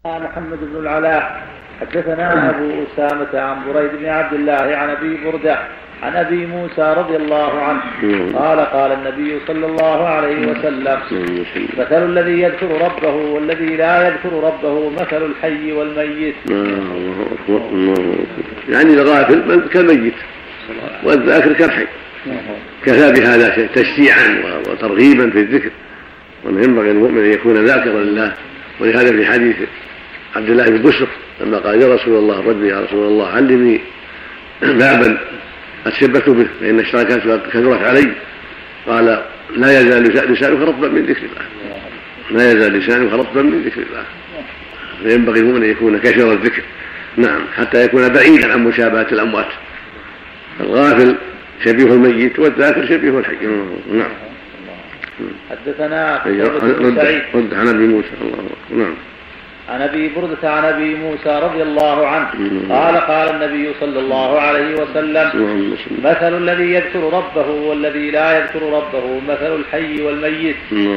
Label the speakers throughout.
Speaker 1: محمد بن العلاء حدثنا أبو أسامة عن بريد بن عبد الله عن أبي بردة عن أبي موسى رضي الله عنه قال قال النبي صلى الله عليه وسلم مثل الذي يذكر ربه والذي لا يذكر ربه مثل الحي والميت.
Speaker 2: يعني الغافل كالميت والذاكر كالحي، كفى بهذا تشجيعا وترغيبا في الذكر، وأنه ينبغي المؤمن أن يكون ذاكرا لله. ولهذا في حديث عبد الله بن بسر لما قال يا رسول الله ربي يا رسول الله علمني بابا أتشبث به فإن الشركات كثرت علي، قال لا يزال لسانك رطبا من ذكر الله، لا يزال لسانك رطبا من ذكر الله. فينبغي المؤمن أن يكون كثير الذكر، نعم، حتى يكون بعيدا عن مشابهة الأموات. الغافل شبيه الميت والذاكر شبيه الحي. نعم.
Speaker 1: حدثنا
Speaker 2: رد عن ابي موسى نعم
Speaker 1: عن ابي بردة عن ابي موسى رضي الله عنه قال قال النبي صلى الله عليه وسلم مثل الذي يذكر ربه والذي لا يذكر ربه مثل الحي والميت.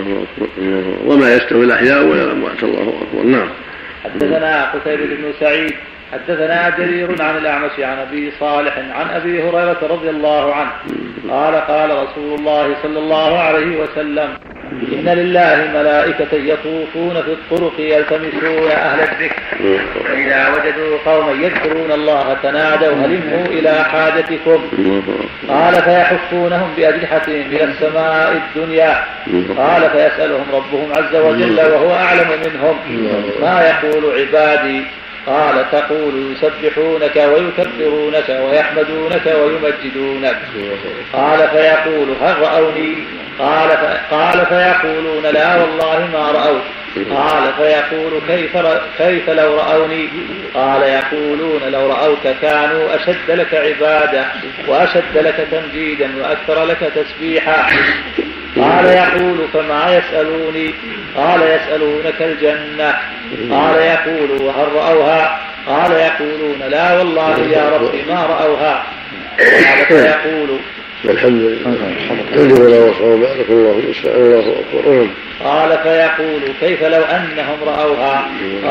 Speaker 2: وما يستوي الاحياء ولا الاموات. الله اكبر. نعم.
Speaker 1: حدثنا قتيبة بن سعيد حدثنا جرير عن الأعمش عن أبي صالح عن أبي هريرة رضي الله عنه قال قال رسول الله صلى الله عليه وسلم إن لله ملائكة يطوفون في الطرق يلتمسون أهل الذكر، فإذا وجدوا قوما يذكرون الله تنادوا هلموا إلى حاجتكم، قال فيحفونهم بأجنحتهم إلى السماء الدنيا، قال فيسألهم ربهم عز وجل وهو أعلم منهم ما يقول عبادي، قال تقول يسبحونك ويكبرونك ويحمدونك ويمجدونك، قال فيقول هل رأوني؟ قال فيقولون لا والله ما رأوك، قال فيقول كيف لو رأوني؟ قال يقولون لو رأوك كانوا أشد لك عبادة وأشد لك تمجيدا وأكثر لك تسبيحا، قال يقول فما يسألوني؟ قال يسألونك الجنة، قال يقول وهل رأوها؟ قال يقولون لا والله يا رب ما رأوها، قال فيقول
Speaker 2: الحمد لله بارك الله الله أكبر.
Speaker 1: قال فيقول كيف لو أنهم رأوها؟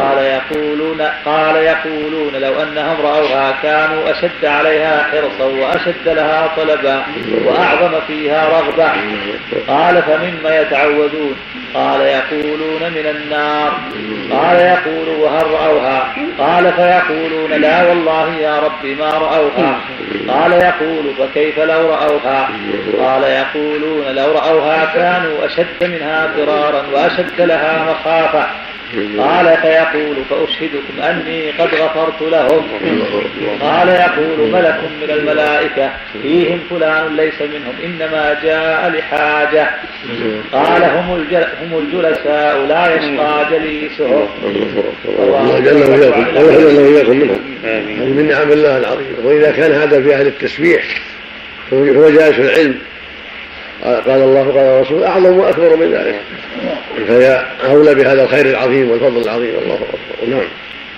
Speaker 1: قال يقولون لو أنهم رأوها كانوا أشد عليها حرصا وأشد لها طلبا وأعظم فيها رغبة، قال فمما يتعوذون؟ قال يقولون من النار، قال يقول وهل رأوها؟ قال فيقولون لا والله يا رب ما رأوها، قال يقول فكيف لو رأوها؟ قال يقولون لو رأوها كانوا أشد منها فرارا وأشد لها مخافة، قال فيقول فأشهدكم أني قد غفرت لهم، قال يقول ملك من الملائكة فيهم فلان ليس منهم إنما جاء لحاجة، قال هم الجلساء لا يشقى جليسهم.
Speaker 2: الله جل وياكم منهم من نعم الله العظيم. وإذا كان هذا في أهل التسبيح هو جالس العلم، قال الله قال الرسول أعظم وأكبر من ذلك، فهي أولى بهذا الخير العظيم والفضل العظيم. الله أكبر. نعم.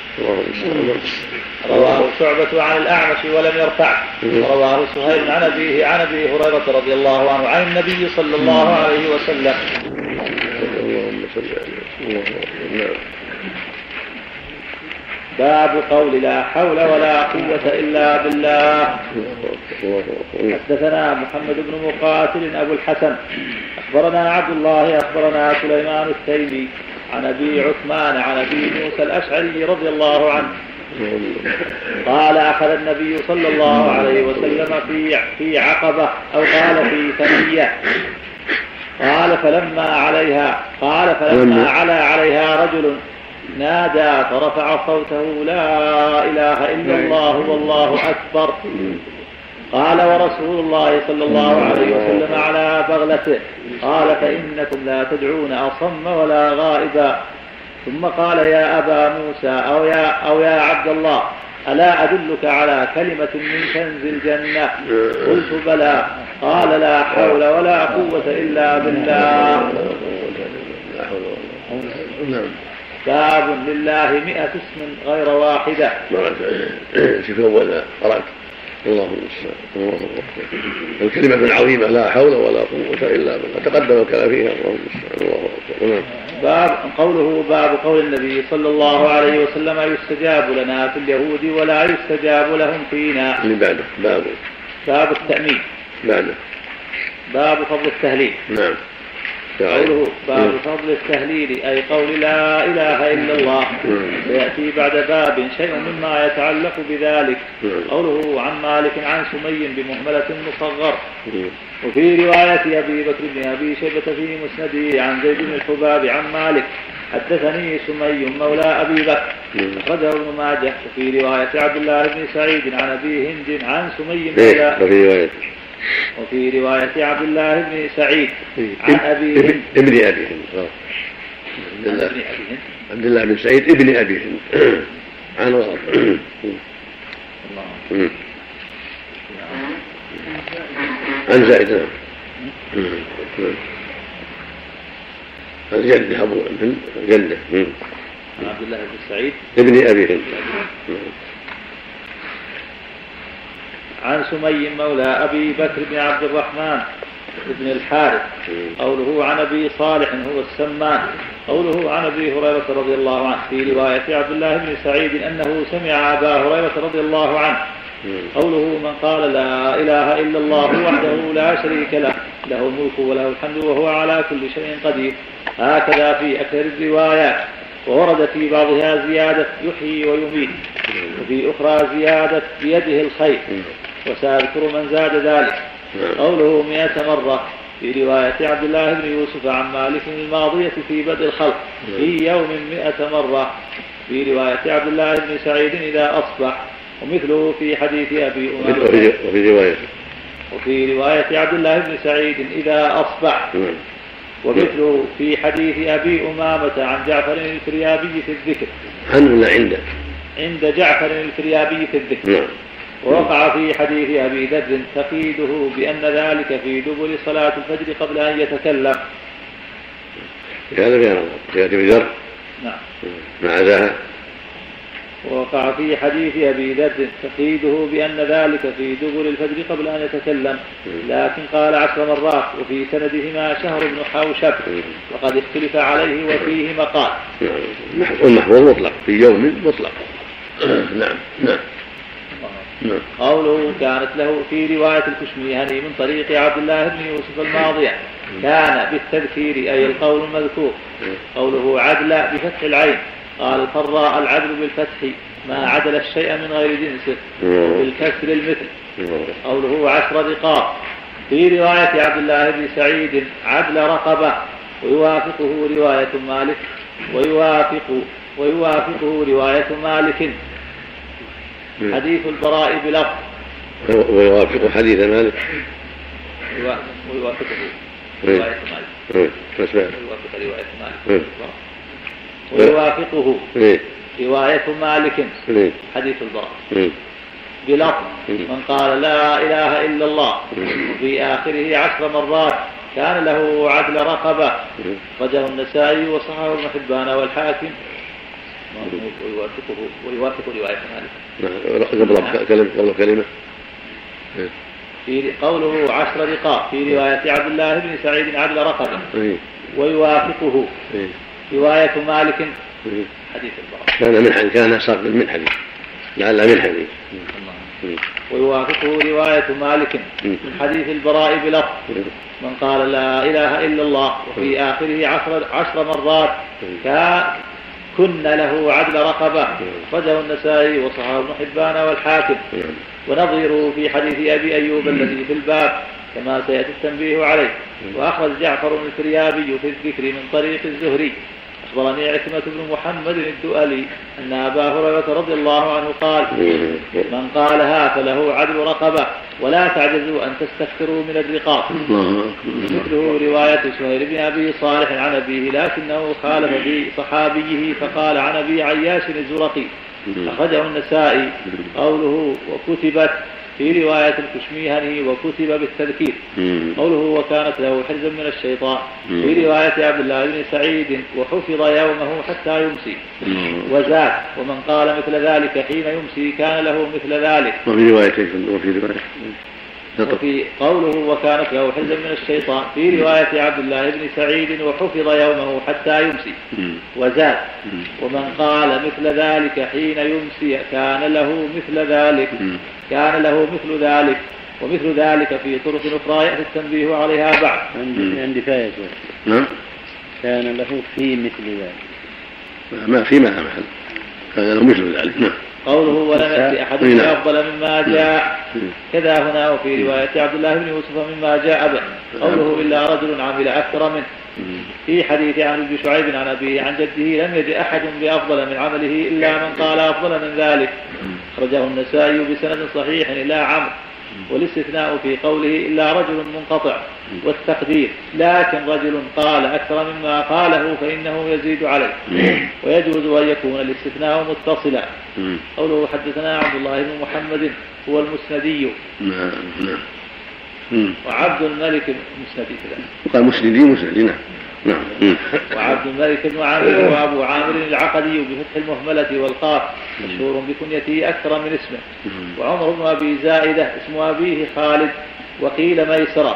Speaker 1: رواه شعبة عن الأعمش ولم يرفع، ورواه سهيل عن أبيه عن أبي هريرة رضي الله عنه عن النبي صلى الله عليه وسلم.
Speaker 2: اللهم صل على سيدنا.
Speaker 1: باب قول لا حول ولا قوة إلا بالله. حدثنا محمد بن مقاتل أبو الحسن أخبرنا عبد الله أخبرنا سليمان التيمي عن أبي عثمان عن أبي موسى الأشعري رضي الله عنه قال أخذ النبي صلى الله عليه وسلم في عقبة أو قال في ثنية، قال فلما علا عليها رجل نادى فرفع صوته لا إله إلا الله والله أكبر، قال ورسول الله صلى الله عليه وسلم على بغلته، قال فإنكم لا تدعون أصم ولا غائبا، ثم قال يا أبا موسى أو يا عبد الله ألا أدلك على كلمة من كنز الجنة؟ قلت بلى، قال لا حول ولا قوة إلا بالله. باب لله 100 اسم غير واحدة.
Speaker 2: شوف أول قرأت اللهم المستعان. الله أكبر. الكلمة عظيمة لا حول ولا قوة إلا بالله تقدم الكلام فيها. اللهم المستعان. الله أكبر.
Speaker 1: باب قوله باب قول النبي صلى الله عليه وسلم يستجاب لنا في اليهود ولا يستجاب لهم فينا.
Speaker 2: اللي بعده
Speaker 1: باب التأمين.
Speaker 2: بعده
Speaker 1: باب فضل التهليل.
Speaker 2: نعم.
Speaker 1: قوله باب فضل التهليل أي قول لا إله إلا الله. ويأتي بعد باب شيء مما يتعلق بذلك. قوله عن مالك عن سمي بمهملة مصغر. وفي رواية أبي بكر بن أبي شيبة في مسنده عن زيد بن الحباب عن مالك حدثني سمي مولى أبي بكر أخرجه ابن ماجه. وفي رواية عبد الله بن سعيد عن أبي هند عن سمي مولى وفي رواية عبد الله بن سعيد عن أبي هند
Speaker 2: ابن أبي هند عبد الله بن سعيد ابن أبي هند عن غرض عن زائد عن جده أبو هند جده
Speaker 1: عن عبد الله بن سعيد
Speaker 2: ابن أبي هند
Speaker 1: عن سمي مولى أبي بكر بن عبد الرحمن بن الحارث. قوله عن أبي صالح هو السمان. قوله عن أبي هريرة رضي الله عنه. في رواية عبد الله بن سعيد أنه سمع أبا هريرة رضي الله عنه. قوله من قال لا إله إلا الله وحده لا شريك له له الملك وله الحمد وهو على كل شيء قدير. هكذا في أكثر الروايات. وورد في بعضها زيادة يحيي ويميت وفي أخرى زيادة بيده الخير وسأذكر من زاد ذلك. قوله 100 مرة. في رواية عبد الله بن يوسف عن مالك الماضية في بدء الخلق في يوم 100 مرة. في رواية عبد الله بن سعيد إذا أصبح. ومثله في حديث أبي أمامة. وفي رواية عبد الله بن سعيد إذا أصبح. ومثله في حديث أبي أمامة عن جعفر الفريابي في الذكر. عند جعفر الفريابي في الذكر. ووقع في حديث أبي ذر تقييده بأن ذلك في دبر صلاة الفجر قبل أن يتكلم.
Speaker 2: هذا في أبي ذر.
Speaker 1: نعم.
Speaker 2: مع ذاها.
Speaker 1: ووقع في حديث أبي ذر تقييده بأن ذلك في دبر الفجر قبل أن يتكلم. لكن قال 10 مرات. وفي سندهما شهر بن حوشب وقد اختلف عليه وفيه مقال.
Speaker 2: والمحفوظ مطلق في يوم مطلق. نعم.
Speaker 1: قوله كانت له في رواية الكشميهني من طريق عبد الله بن يوسف الماضية كان بالتذكير أي القول المذكور. قوله عدل بفتح العين. قال الفراء العدل بالفتح ما عدل الشيء من غير جنسه وبالكسر المثل. قوله 10 رقاب. في رواية عبد الله بن سعيد عدل رقبة. ويوافقه رواية مالك ويوافقه رواية مالك حديث البراء بلفظ.
Speaker 2: ويوافق حديث مالك.
Speaker 1: ويوافقه رواية مالك. ويوافقه رواية مالك حديث البراء بلفظ من قال لا إله إلا الله وفي آخره 10 مرات كان له عدل رقبة. رجه النسائي وصححه ابن حبان والحاكم. ويوافق رواية مالك.
Speaker 2: كلمة.
Speaker 1: في قوله 10 رقاب. في رواية عبد الله بن سعيد عدل رقبة. ويوافقه رواية مالك حديث البراء.
Speaker 2: كان صار من حديث لعل من حديث.
Speaker 1: ويوافقه رواية مالك من حديث البراء بلفظ من قال لا إله إلا الله وفي آخره 10 مرات كن له عدل رقبة. رجه النسائي وصححه ابن حبان والحاكم. ونظيره في حديث أبي أيوب الذي في الباب كما سيأتي التنبيه عليه. وأخرج جعفر الفريابي في الذكر من طريق الزهري. أخبرني عكرمة بن محمد الدؤلي أن أبا هريرة رضي الله عنه قال من قالها فله عدل رقبة ولا تعجزوا أن تستكثروا من الرقاب. مثله رواية سهيل بن أبي صالح عن أبيه لكنه خالف في صحابيه فقال عن أبي عياش الزرقي. أخرجه النسائي. قوله وكتبت في رواية الكشميهني وكتب بالتذكير. قوله وكانت له حرزا من الشيطان في رواية عبد الله بن سعيد وحفظ يومه حتى يمسي. وزاد ومن قال مثل ذلك حين يمسي كان له مثل ذلك. وفي قوله وكانت له حرزا من الشيطان في رواية عبد الله بن سعيد وحفظ يومه حتى يمسي. وزاد ومن قال مثل ذلك حين يمسي كان له مثل ذلك ومثل ذلك في طرق أخرى يأتي التنبيه عليها بعد.
Speaker 3: عندي فاية كان له في مثل ذلك
Speaker 2: ما في محل كان له مثل ذلك.
Speaker 1: قوله ولم يأتي أحد بأفضل مما جاء كذا هنا. وفي رواية عبد الله بن يوسف مما جاء به قوله إلا رجل عمل أكثر منه. في حديث عن ابن شعيب عن أبيه عن جده لم يجد أحد بأفضل من عمله إلا من قال أفضل من ذلك. أخرجه النسائي بسند صحيح إلى عمرو. والاستثناء في قوله إلا رجل منقطع والتقدير لكن رجل قال أكثر مما قاله فإنه يزيد عليه. ويجوز أن يكون الاستثناء متصلا. قوله حدثنا عبد الله بن محمد هو المسندي وعبد الملك المسندي
Speaker 2: وقال مسندي نعم.
Speaker 1: وعبد الملك بن عامر وأبو عامر العقدي بفتح المهملة والقاف مشهور بكنيته أكثر من اسمه. وعمر بن أبي زائدة اسم أبيه خالد وقيل ميسرة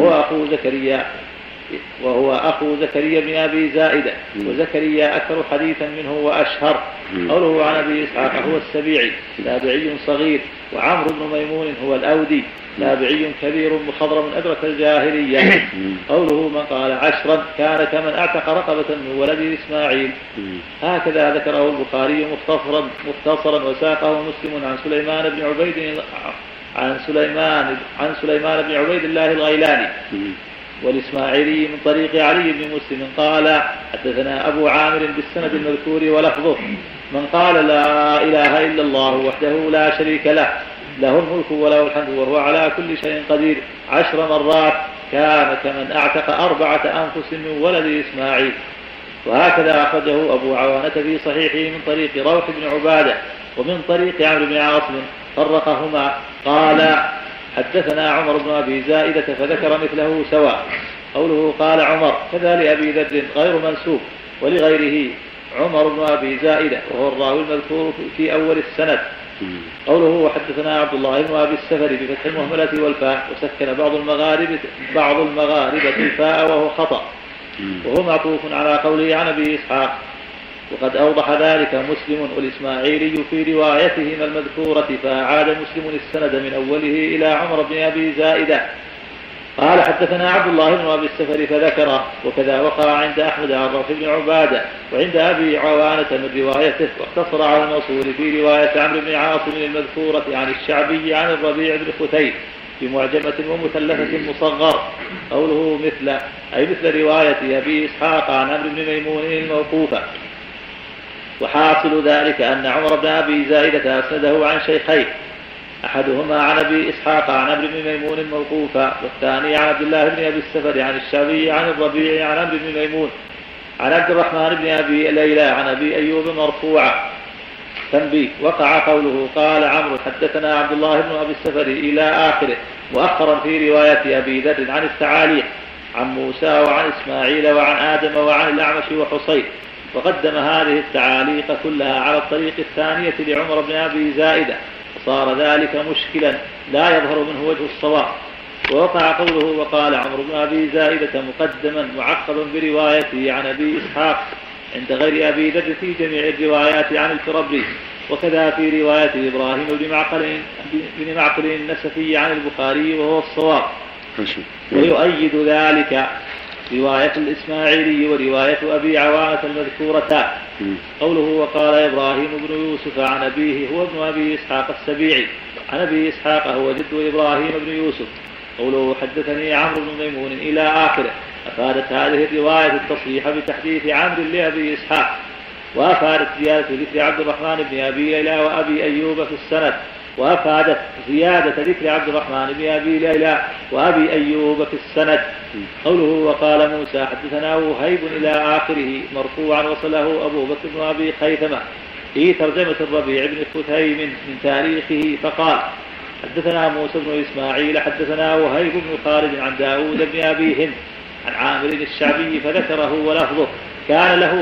Speaker 1: وهو أخو زكريا بن أبي زائدة. وزكريا أكثر حديثا منه وأشهر. قوله عن أبي إسحاق هو السبيعي تابعي صغير. وعمرو بن ميمون هو الأودي تابعي كبير مخضرم أدرك الجاهلية. قوله من قال 10 كان كمن اعتق رقبة من ولد إسماعيل. هكذا ذكره البخاري مختصرا وساقه مسلم عن سليمان بن عبيد الله الغيلاني والإسماعيلي من طريق علي بن مسلم قال حدثنا أبو عامر بالسند المذكور ولفظه من قال لا إله إلا الله وحده لا شريك له له الملك وله الحمد وهو على كل شيء قدير 10 مرات كان كمن اعتق 4 أنفس من ولد إسماعيل. وهكذا أخرجه أبو عوانة في صحيحه من طريق روح بن عبادة ومن طريق عمرو بن عاصم فرقهما. قال حدثنا عمر بن أبي زائدة فذكر مثله سواء. قوله قال عمر كذا لأبي ذر غير منسوب ولغيره عمر بن أبي زائدة وهو الراوي المذكور في أول السند. قوله وحدثنا عبد الله بن أبي السفر بفتح المهملة والفاء وسكن بعض المغاربة الفاء وهو خطأ وهو معطوف على قوله عن أبي إسحاق. وقد أوضح ذلك مسلم والإسماعيلي في روايتهما المذكورة فأعاد مسلم السند من أوله إلى عمر بن أبي زائدة. قال حدثنا عبد الله بن أبي السفر فذكره. وكذا وقع عند أحمد عن روح بن عبادة وعند أبي عوانة من روايته. واقتصر على الموصول في رواية عمرو بن عاصم المذكورة عن الشعبي عن الربيع بن ختيب في معجمة ومثلثة مصغر. قوله مثل رواية أبي إسحاق عن عمرو بن ميمون الموقوفة. وحاصل ذلك أن عمر بن أبي زائدة أسنده عن شيخين أحدهما عن أبي إسحاق عن عمرو بن ميمون الموقوفة والثاني عن عبد الله بن أبي السفر عن الشعبي عن الربيع عن عمرو بن ميمون عن عبد الرحمن بن أبي ليلى عن أبي أيوب مرفوعا. تنبيه وقع قوله قال عمرو حدثنا عبد الله بن أبي السفر إلى آخره مؤخرا في رواية أبي ذر عن التعاليق عن موسى وعن إسماعيل وعن آدم وعن الأعمش وحصين. وقدم هذه التعاليق كلها على الطريق الثانية لعمر بن أبي زائدة وصار ذلك مشكلا لا يظهر منه وجه الصواب. ووقع قوله وقال عمرو بن أبي زائدة مقدما معقبا بروايته عن أبي إسحاق عند غير أبي ذر في جميع الروايات عن الفربري. وكذا في رواية إبراهيم بن معقل النسفي عن البخاري وهو الصواب. ويؤيد ذلك رواية الإسماعيلي ورواية أبي عوانة المذكورتان. قوله وقال إبراهيم بن يوسف عن أبيه هو ابن أبي إسحاق السبيعي عن أبي إسحاق هو جد إبراهيم بن يوسف. قوله حدثني عمرو بن ميمون إلى آخره. أفادت هذه الرواية التصريح بتحديث عمرو لأبي إسحاق. وأفادت زيادة ذكر عبد الرحمن بن أبي ليلى وأبي أيوب في السند. وأفادت زيادة ذكر عبد الرحمن بن أبي ليلى وأبي أيوب في السند. قوله وقال موسى حدثنا وهيب إلى آخره مرفوعا وصله أبو بكر بن أبي خيثمة في ترجمة الربيع بن ختيم من تاريخه فقال حدثنا موسى بن إسماعيل حدثنا وهيب بن خالد عن داود بن أبي هند عن عامر الشعبي فذكره ولفظه كان له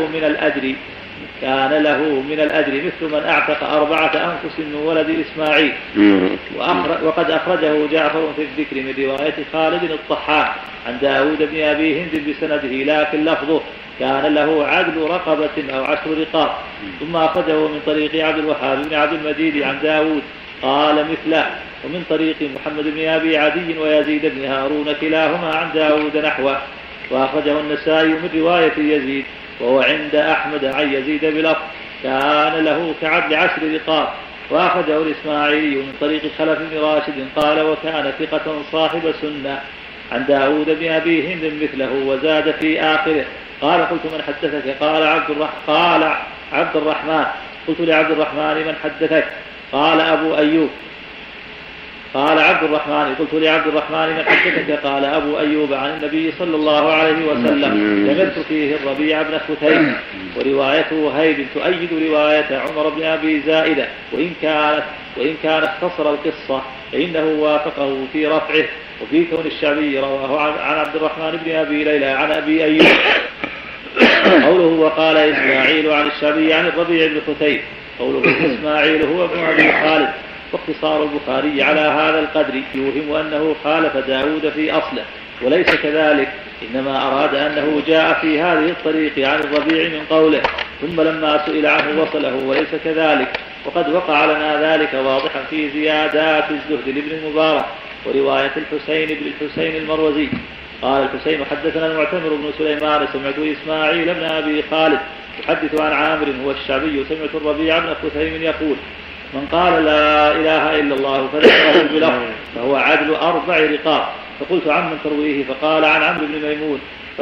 Speaker 1: من الأجر مثل من أعتق 4 أنفس من ولد إسماعيل. وقد أخرجه جعفر في الذكر من رواية خالد الطحان عن داود بن أبي هند بسنده لكن لفظه كان له عدل رقبة أو 10 رقاب. ثم أخرجه من طريق عبد الوهاب بن عبد المجيد عن داود قال مثله، ومن طريق محمد بن أبي عدي ويزيد بن هارون كلاهما عن داود نحوه. وأخرجه النسائي من رواية يزيد وهو عند أحمد عن يزيد بلفظ كان له كعدل 10 رقاب. وأخرجه الإسماعيلي من طريق خلف بن راشد قال وكان ثقة صاحب سنة عن داود بن أبي هند مثله وزاد في آخره قال قلت من حدثك؟ قال عبد الرحمن. قلت لعبد الرحمن من حدثك؟ قال أبو أيوب. قال عبد الرحمن قلت لعبد الرحمن من حدثك؟ قال أبو أيوب عن النبي صلى الله عليه وسلم لم يذكر فيه الربيع بن خثيم. وروايته وهيب تؤيد رواية عمر بن أبي زائدة وإن كان اختصر القصة فإنه وافقه في رفعه وفي كون الشعبي رواه عن عبد الرحمن بن أبي ليلى عن أبي أيوب. قوله وقال إسماعيل عن الشعبي عن الربيع بن خثيم قوله إسماعيل هو ابن أبي خالد. واقتصار البخاري على هذا القدر يوهم أنه خالف داود في أصله وليس كذلك، إنما أراد أنه جاء في هذه الطريق عن الربيع من قوله ثم لما سئل عنه وصله وليس كذلك. وقد وقع لنا ذلك واضحا في زيادات الزهد لابن المبارك ورواية الحسين بن الحسين المروزي. قال الحسين حدثنا المعتمر بن سليمان سمعت إسماعيل بن أبي خالد يحدث عن عامر هو الشعبي سمعت الربيع بن خثيم يقول من قال لا إله إلا الله فذكره بلفظ فهو عدل 4 رقاب. فقلت عمن ترويه؟ فقال عن عمرو بن ميمون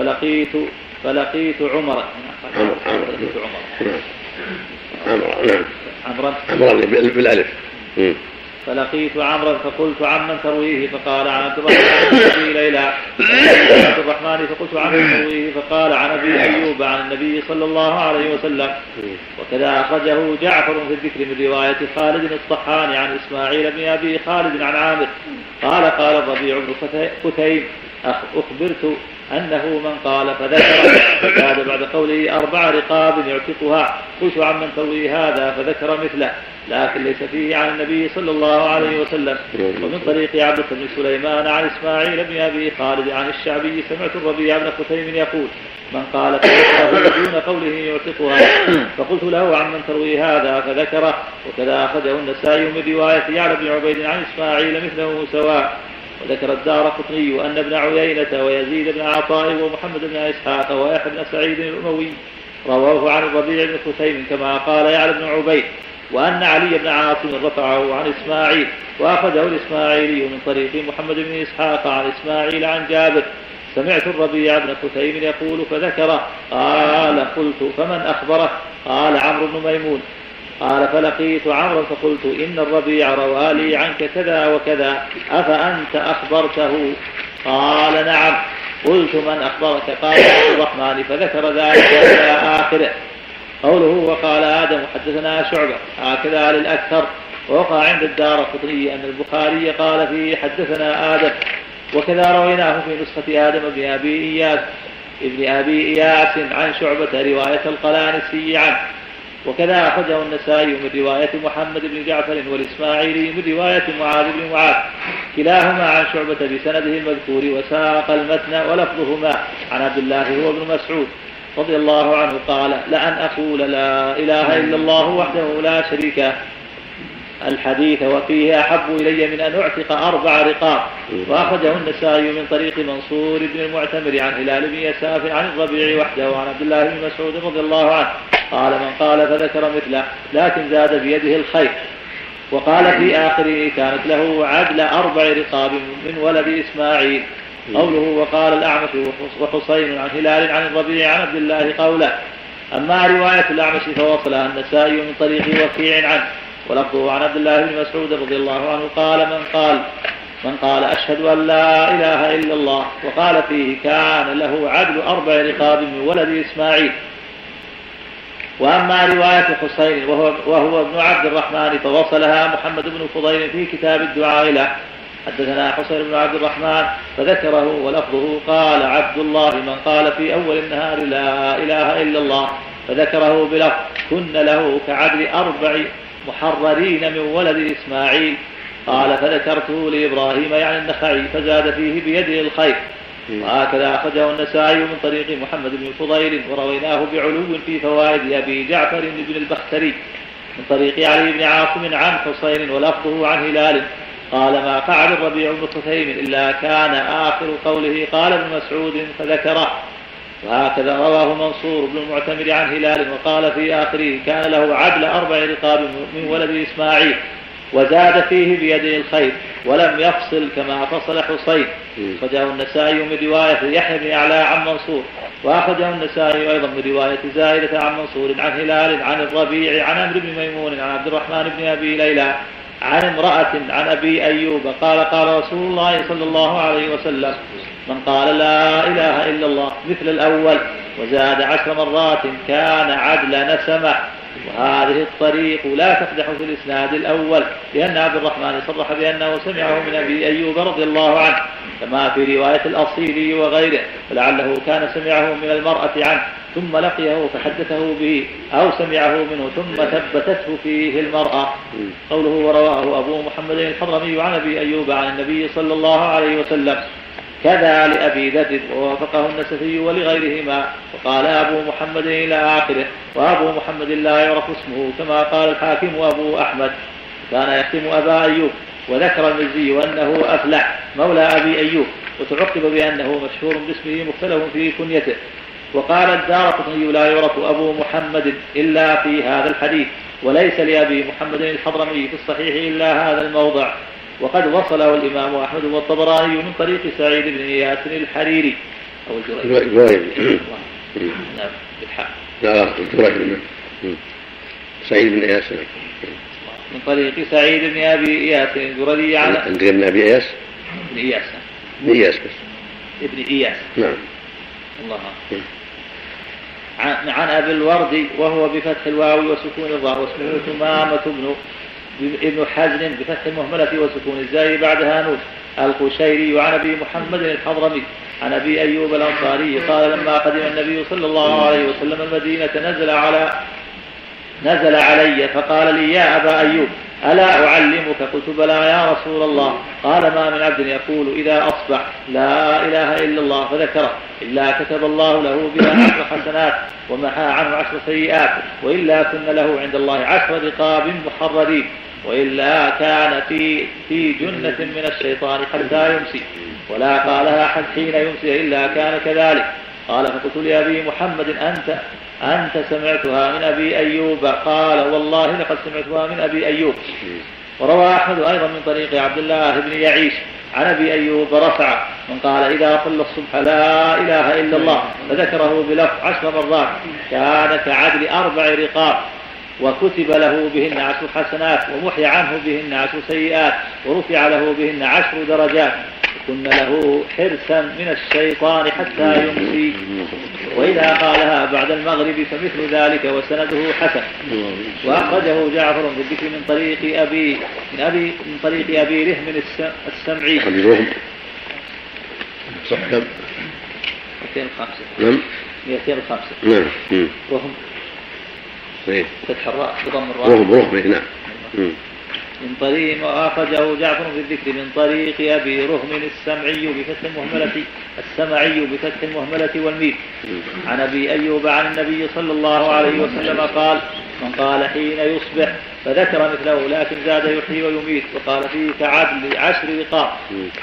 Speaker 1: فلقيت عمر
Speaker 2: بالألف
Speaker 1: فلقيت عمرا فقلت عمن ترويه؟ فقال عن عبد الرحمن بن أبي ليلى. عبد الرحمن فقلت عمن ترويه؟ فقال عن أبي أيوب عن النبي صلى الله عليه وسلم. وكذا أخرجه جعفر في الذكر من رواية خالد الطحان عن إسماعيل بن أبي خالد عن عامر قال الربيع بن خثيم أخبرت أنه من قال فذكر فزاد بعد قوله 4 رقاب يعتقها. قلت عمن تروي هذا؟ فذكر مثله لكن ليس فيه عن النبي صلى الله عليه وسلم. ومن طريق عبد بن سليمان عن إسماعيل بن أبي خالد عن الشعبي سمعت الربيع بن خثيم يقول من قال فذكره دون قوله يعتقها. فقلت له عمن تروي هذا؟ فذكره. وكذا أخذه النسائي من رواية يعلى بن عبيد عن إسماعيل مثله سواء. وذكر الدارقطني أن ابن عيينة ويزيد بن عطاء ومحمد بن إسحاق ويحيى بن سعيد الأموي رواه عن الربيع بن خثيم كما قال يعلى بن عبيد، وأن علي بن عاصم رفعه عن إسماعيل. وأخذه الإسماعيلي من طريق محمد بن إسحاق عن إسماعيل عن جابر سمعت الربيع بن خثيم يقول فذكره. قال قلت فمن أخبره؟ قال عمرو بن ميمون. قال فلقيت عمرا فقلت إن الربيع روى لي عنك كذا وكذا أفأنت أخبرته؟ قال نعم. قلت من أخبرك؟ قال عبد الرحمن. فذكر ذلك إلى آخره. قوله وقال آدم حدثنا شعبة هكذا للأكثر. ووقع عند الدارقطني أن البخاري قال فيه حدثنا آدم، وكذا رويناه في نسخة آدم ابن أبي إياس عن شعبة رواية القلانسي عنه. وكذا أخذه النسائي من رواية محمد بن جعفر والإسماعيلي من رواية معاذ بن معاذ كلاهما عن شعبة بسنده المذكور. وساق المتن ولفظهما عن عبد الله هو ابن مسعود رضي الله عنه قال لأن أقول لا إله إلا الله وحده لا شريك له الحديث وفيه أحب إلي من أن أعتق 4 رقاب. وأخذه النسائي من طريق منصور بن المعتمر عن هلال بن يساف عن الربيع وحده وعن عبد الله بن مسعود رضي الله عنه قال من قال فذكر مثله لكن زاد بيده الخير. وقال في آخره كانت له عدل 4 رقاب من ولد إسماعيل. قوله وقال الأعمش وحسين عن هلال عن الربيع عن عبد الله قوله. أما رواية الأعمش فوصلها النسائي من طريق وكيع عنه ولفظه عن عبد الله بن مسعود رضي الله عنه قال من قال أشهد أن لا إله إلا الله وقال فيه كان له عدل 4 رقاب من ولد إسماعيل. وأما رواية حسين وهو ابن عبد الرحمن فوصلها محمد بن فضيل في كتاب الدعاء له. حدثنا حسين بن عبد الرحمن فذكره ولفظه قال عبد الله من قال في أول النهار لا إله إلا الله، فذكره بلفظ كن له كعدل 4 محررين من ولد إسماعيل. قال فذكرته لإبراهيم يعني النخعي فزاد فيه بيده الخير. وهكذا أخرجه النسائي من طريق محمد بن فضيل ورويناه بعلو في فوائد أبي جعفر بن البختري من طريق علي بن عاصم عن حسين ولفظه عن هلال. قال ما قعد الربيع بن خثيم إلا كان آخر قوله قال ابن مسعود فذكره. وهكذا رواه منصور بن المعتمر عن هلال وقال في آخره كان له عدل 4 رقاب من ولد إسماعيل، وزاد فيه بيده الخير ولم يفصل كما فصل حسين. أخرجه النسائي من رواية يحيى بن أعلى عن منصور، وأخرجه النسائي أيضا من رواية زائدة عن منصور عن هلال عن الربيع عن عمرو بن ميمون عن عبد الرحمن بن أبي ليلى عن امرأة عن أبي أيوب قال قال رسول الله صلى الله عليه وسلم من قال لا إله إلا الله مثل الأول وزاد 10 مرات كان عدل نسمة. وهذه الطريق لا تقدح في الإسناد الأول، لأن عبد الرحمن صرح بأنه سمعه من أبي أيوب رضي الله عنه كما في رواية الأصيلي وغيره، فلعله كان سمعه من المرأة عنه ثم لقيه فحدثه به أو سمعه منه ثم ثبتته فيه المرأة. قوله ورواه أبو محمد الحضرمي عن أبي أيوب عن النبي صلى الله عليه وسلم كذا لأبي ذر ووافقه النسفي ولغيرهما. وقال أبو محمد إلى آخره، وأبو محمد لا يعرف اسمه كما قال الحاكم وأبو أحمد كان يختم أبا أيوب. وذكر المزي وأنه أفلح مولى أبي أيوب، وتعقب بأنه مشهور باسمه مختلف في كنيته. وقال الدارقطني لا يعرف أبو محمد إلا في هذا الحديث، وليس لأبي محمد الحضرمي في الصحيح إلا هذا الموضع. وقد وصله الإمام أحمد والطبراني من طريق سعيد بن إياس الحريري أو الجريري
Speaker 2: سعيد بن إياس
Speaker 1: من طريق سعيد بن أبي إياس الجريري على
Speaker 2: ابن أبي إياس بن إياس
Speaker 1: ابن إياس
Speaker 2: نعم
Speaker 1: الله عن أبي الورد وهو بفتح الواو وسكون الراء واسمه ثمامة ابن حزن بفتح المهملة وسكون الزاي بعدها نون القشيري عن أبي محمد الحضرمي عن أبي أيوب الأنصاري قال لما قدم النبي صلى الله عليه وسلم المدينة نزل علي فقال لي يا أبا أيوب ألا أعلمك؟ قلت بلى يا رسول الله. قال ما من عبد يقول إذا أصبح لا إله إلا الله فذكره إلا كتب الله له بها 10 حسنات ومحى عنه 10 سيئات، وإلا كن له عند الله 10 رقاب محررين، وإلا كان في جنة من الشيطان حتى يمسي، ولا قالها حين يمسي إلا كان كذلك. قال فقلت لأبي محمد أنت سمعتها من أبي أيوب؟ قال والله لقد سمعتها من أبي أيوب. وروى أحمد أيضا من طريق عبد الله بن يعيش عن أبي أيوب رفع من قال إذا صلى الصبح لا إله إلا الله فذكره بلفظ 10 مرات كان كعدل 4 رقاب، وكتب له بهن 10 حسنات ومحي عنه بهن 10 سيئات ورفع له بهن 10 درجات، كن له حرسا من الشيطان حتى يمسي. وإذا قالها بعد المغرب فمثل ذلك وسنده حسن. وأخرجه جعفر في الذكر من طريق أبي رهم السمعي
Speaker 2: صح كم
Speaker 1: 205 وهم فتح الراء بضم الراء
Speaker 2: نعم
Speaker 1: من طريق. وأخرجه جعفر في الذكر من طريق أبي رهم السمعي بفتح المهملة والميم عن أبي أيوب عن النبي صلى الله عليه وسلم قال من قال حين يصبح فذكر مثله لكن زاد يحيي ويميت، وقال فيه كعدل 10 رقاب،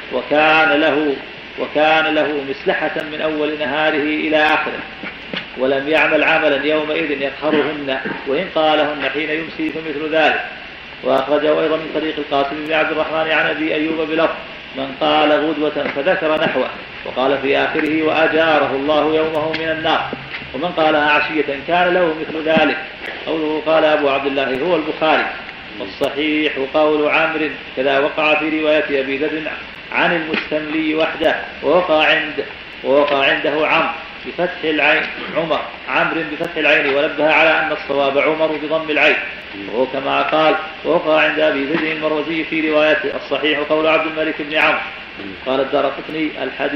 Speaker 1: وكان له مسلحة من أول نهاره إلى آخره، ولم يعمل عملا يومئذ يقهرهن، وإن قالهن حين يمسي فمثل ذلك. وأخرجه أيضا من طريق القاسم بن عبد الرحمن عن أبي أيوب بلفظ من قال غدوة فذكر نحوه، وقال في آخره وأجاره الله يومه من النار، ومن قالها عشية كان له مثل ذلك. قوله قال أبو عبد الله هو البخاري، والصحيح قول عمرو كذا وقع في رواية أبي ذر عن المستملي وحده، ووقع عنده عمرو بفتح العين عمر عمرو بفتح العين ونبه على أن الصواب عمر بضم العين، وهو كما قال. ووقع عند أبي زيد المروزي في روايته الصحيح قول عبد الملك بن عمرو. قال الدارقطني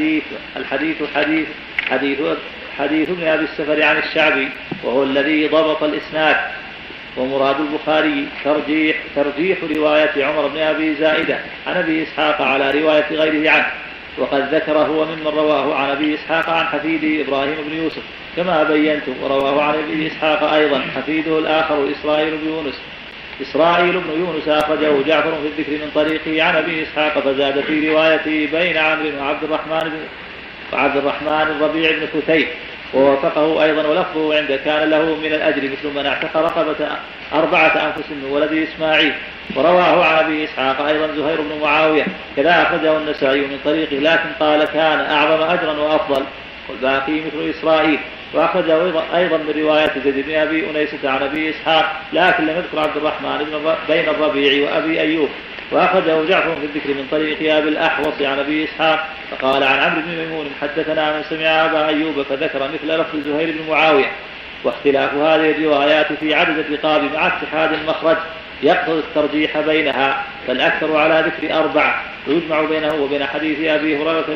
Speaker 1: حديث ابن أبي السفر عن الشعبي وهو الذي ضبط الإسناد. ومراد البخاري ترجيح رواية عمر بن أبي زائدة عن أبي إسحاق على رواية غيره عنه، وقد ذكر هو ممن رواه عن أبي إسحاق عن حفيده إبراهيم بن يوسف كما بينت، ورواه عن أبي إسحاق أيضا حفيده الآخر إسرائيل بن يونس أخرجه جعفر في الذكر من طريقه عن أبي إسحاق فزاد في روايته بين عمرو وعبد الرحمن الربيع بن كثير، ووافقه أيضا ولفظه عند كان له من الأجر مثل من اعتق رقبة 4 أنفس من ولد إسماعيل. ورواه عن أبي إسحاق أيضا زهير بن معاوية كذا أخرجه النسائي من طريقه، لكن قال كان أعظم أجرا وأفضل، والباقي مثل إسرائيل. وأخرجه أيضا من رواية زيد بن أبي أنيسة عن أبي إسحاق، لكن لم يذكر عبد الرحمن بين الربيع وأبي أيوب. وأخرجه جعفر في الذكر من طريق أبي الأحوص عن أبي إسحاق فقال عن عمرو بن ميمون حدثنا من سمع أبا أيوب فذكر مثل لفظ زهير بن معاوية. واختلاف هذه الروايات في عدد الرقاب مع اتحاد المخرج يقتضي الترجيح بينها، فالأكثر على ذكر 4 ويجمع بينه وبين حديث أبي هريرة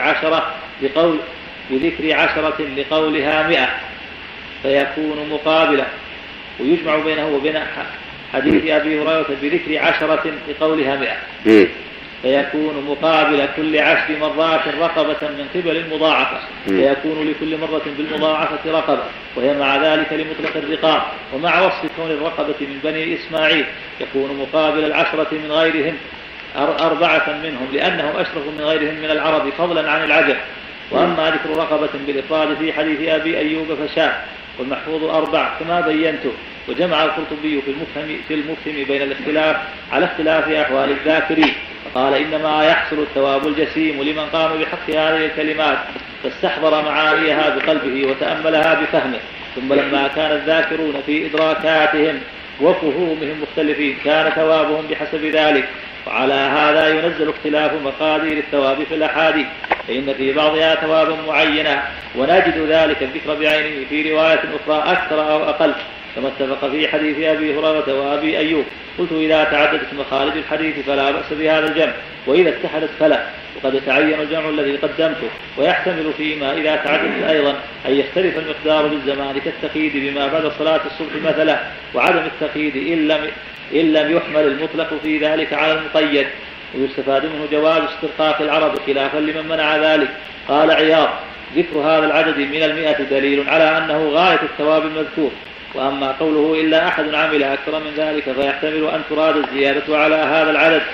Speaker 1: بذكر 10 لقولها 100 فيكون مقابلة، ويجمع بينه وبين حديث أبي هريرة بذكر 10 لقولها 100 فيكون مقابل كل 10 مرات رقبة من قبل المضاعفة، فيكون لكل مرة بالمضاعفة رقبة، وهي مع ذلك لمطلق الرقاب. ومع وصف كون الرقبة من بني إسماعيل يكون مقابل 10 من غيرهم 4 منهم لأنهم أشرف من غيرهم من العرب فضلا عن العجم. وأما ذكر رقبة بالإفراد في حديث أبي أيوب فشاذ، والمحفوظ 4 كما بينته. وجمع القرطبي في المفهم بين الاختلاف على اختلاف أحوال الذاكرين، فقال إنما يحصل الثواب الجسيم لمن قام بحق هذه الكلمات فاستحضر معانيها بقلبه وتأملها بفهمه، ثم لما كان الذاكرون في إدراكاتهم وفهومهم مختلفين كان ثوابهم بحسب ذلك. وعلى هذا ينزل اختلاف مقادير الثواب في الأحاديث، فإن في بعضها ثوابا معينا ونجد ذلك الذكر بعينه في رواية أخرى أكثر أو أقل، كما اتفق في حديث أبي هريرة وأبي أيوب. قلت إذا تعددت مخارج الحديث فلا بأس بهذا الجمع، وإذا اتحدت فلا، وقد تعين الجمع الذي قدمته. ويحتمل فيما إذا تعددت أيضا أن يختلف المقدار بالزمان كالتقييد بما بعد صلاة الصبح مثلا، وعدم التقييد إن لم يحمل المطلق في ذلك على المقيد. ويستفاد منه جواز استرقاق العرب خلافا لمن منع ذلك. قال عياض ذكر هذا العدد من 100 دليل على أنه غاية الثواب المذكور. وأما قوله إلا أحد عمل أكثر من ذلك فيحتمل أن تراد الزيادة على هذا العدد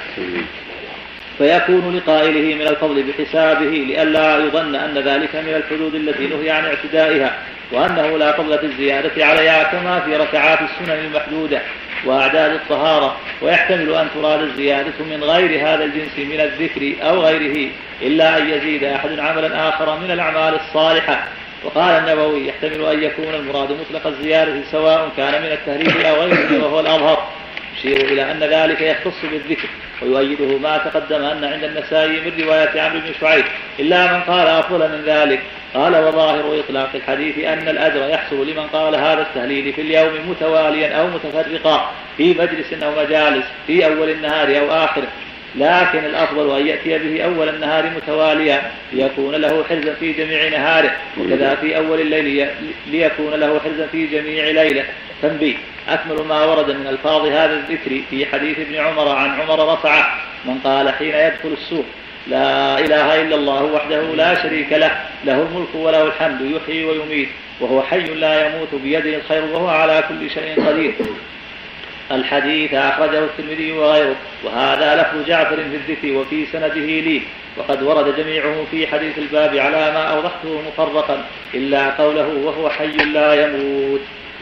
Speaker 1: فيكون لقائله من الفضل بحسابه، لئلا يظن أن ذلك من الحدود التي نهي عن اعتدائها، وأنه لا فضل في الزيادة عليها كما في ركعات السنن المحدودة وأعداد الطهارة. ويحتمل أن تراد الزيادة من غير هذا الجنس من الذكر أو غيره، إلا أن يزيد أحد عملا آخر من الأعمال الصالحة. وقال النووي يحتمل أن يكون المراد مطلق الزيادة سواء كان من التهريب أو غيره، وهو الأظهر. يشير إلى أن ذلك يختص بالذكر، ويؤيده ما تقدم أن عند النسائي من رواية عمرو بن شعيب إلا من قال أفضل من ذلك. قال وظاهر إطلاق الحديث أن الأجر يحصل لمن قال هذا التهليل في اليوم متواليا أو متفرقا في مجلس أو مجالس في أول النهار أو آخره، لكن الأفضل أن يأتي به أول النهار متواليا ليكون له حرزا في جميع نهاره، وكذا في أول الليل ليكون له حرزا في جميع ليله. تنبيه: أكمل ما ورد من ألفاظ هذا الذكر في حديث ابن عمر عن عمر رفعه: من قال حين يدخل السوق لا إله إلا الله وحده لا شريك له، له الملك وله الحمد يحيي ويميت وهو حي لا يموت بيده الخير وهو على كل شيء قدير. الحديث أخرجه الترمذي وغيره، وهذا لفظ جعفر في الذكر وفي سنده لي، وقد ورد جميعه في حديث الباب على ما أوضحته مفرقا إلا قوله وهو حي لا يموت.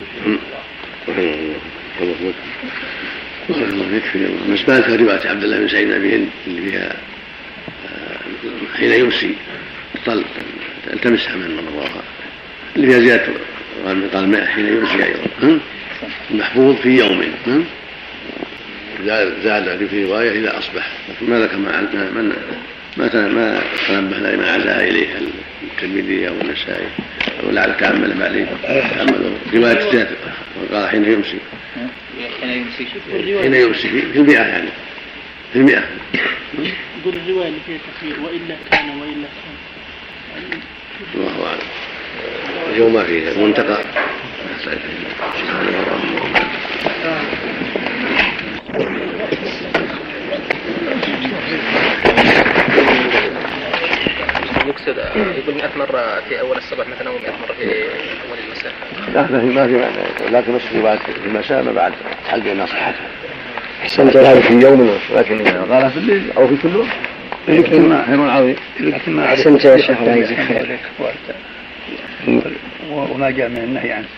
Speaker 2: مسبات رواية عبد الله بن سعيد بن هند اللي فيها حين يمسي التمسها من رواها، اللي فيها زيادة قال 100 حين يمسي أيضا. المحفوظ في يوم زاد في رواية إذا أصبح، ما ذكر ما تنبهنا لما عزا إليه الترمذي أو النسائي. ولعل تأمل بعدين تأمل رواية الزاد وقال حين يمسي في المئة يعني في المئة
Speaker 4: يقول الرواية اللي فيها تخيير وإلا كان وإلا كان
Speaker 2: الله أعلم اليوم ما فيه منتقى
Speaker 5: يقصد يقول 100 مرة في أول الصباح مثلا و100 مرة في أول المساء.
Speaker 2: لا ما في معنى لكن مش في المساء ما بعد حق نصحتها
Speaker 3: أحسنت
Speaker 2: هذا في يوم لكن قال في الليل أو في كل وقت خير عظيم.
Speaker 3: أحسنت يا شيخ الله يجزيك خير.
Speaker 4: وما جاء من النهي عنه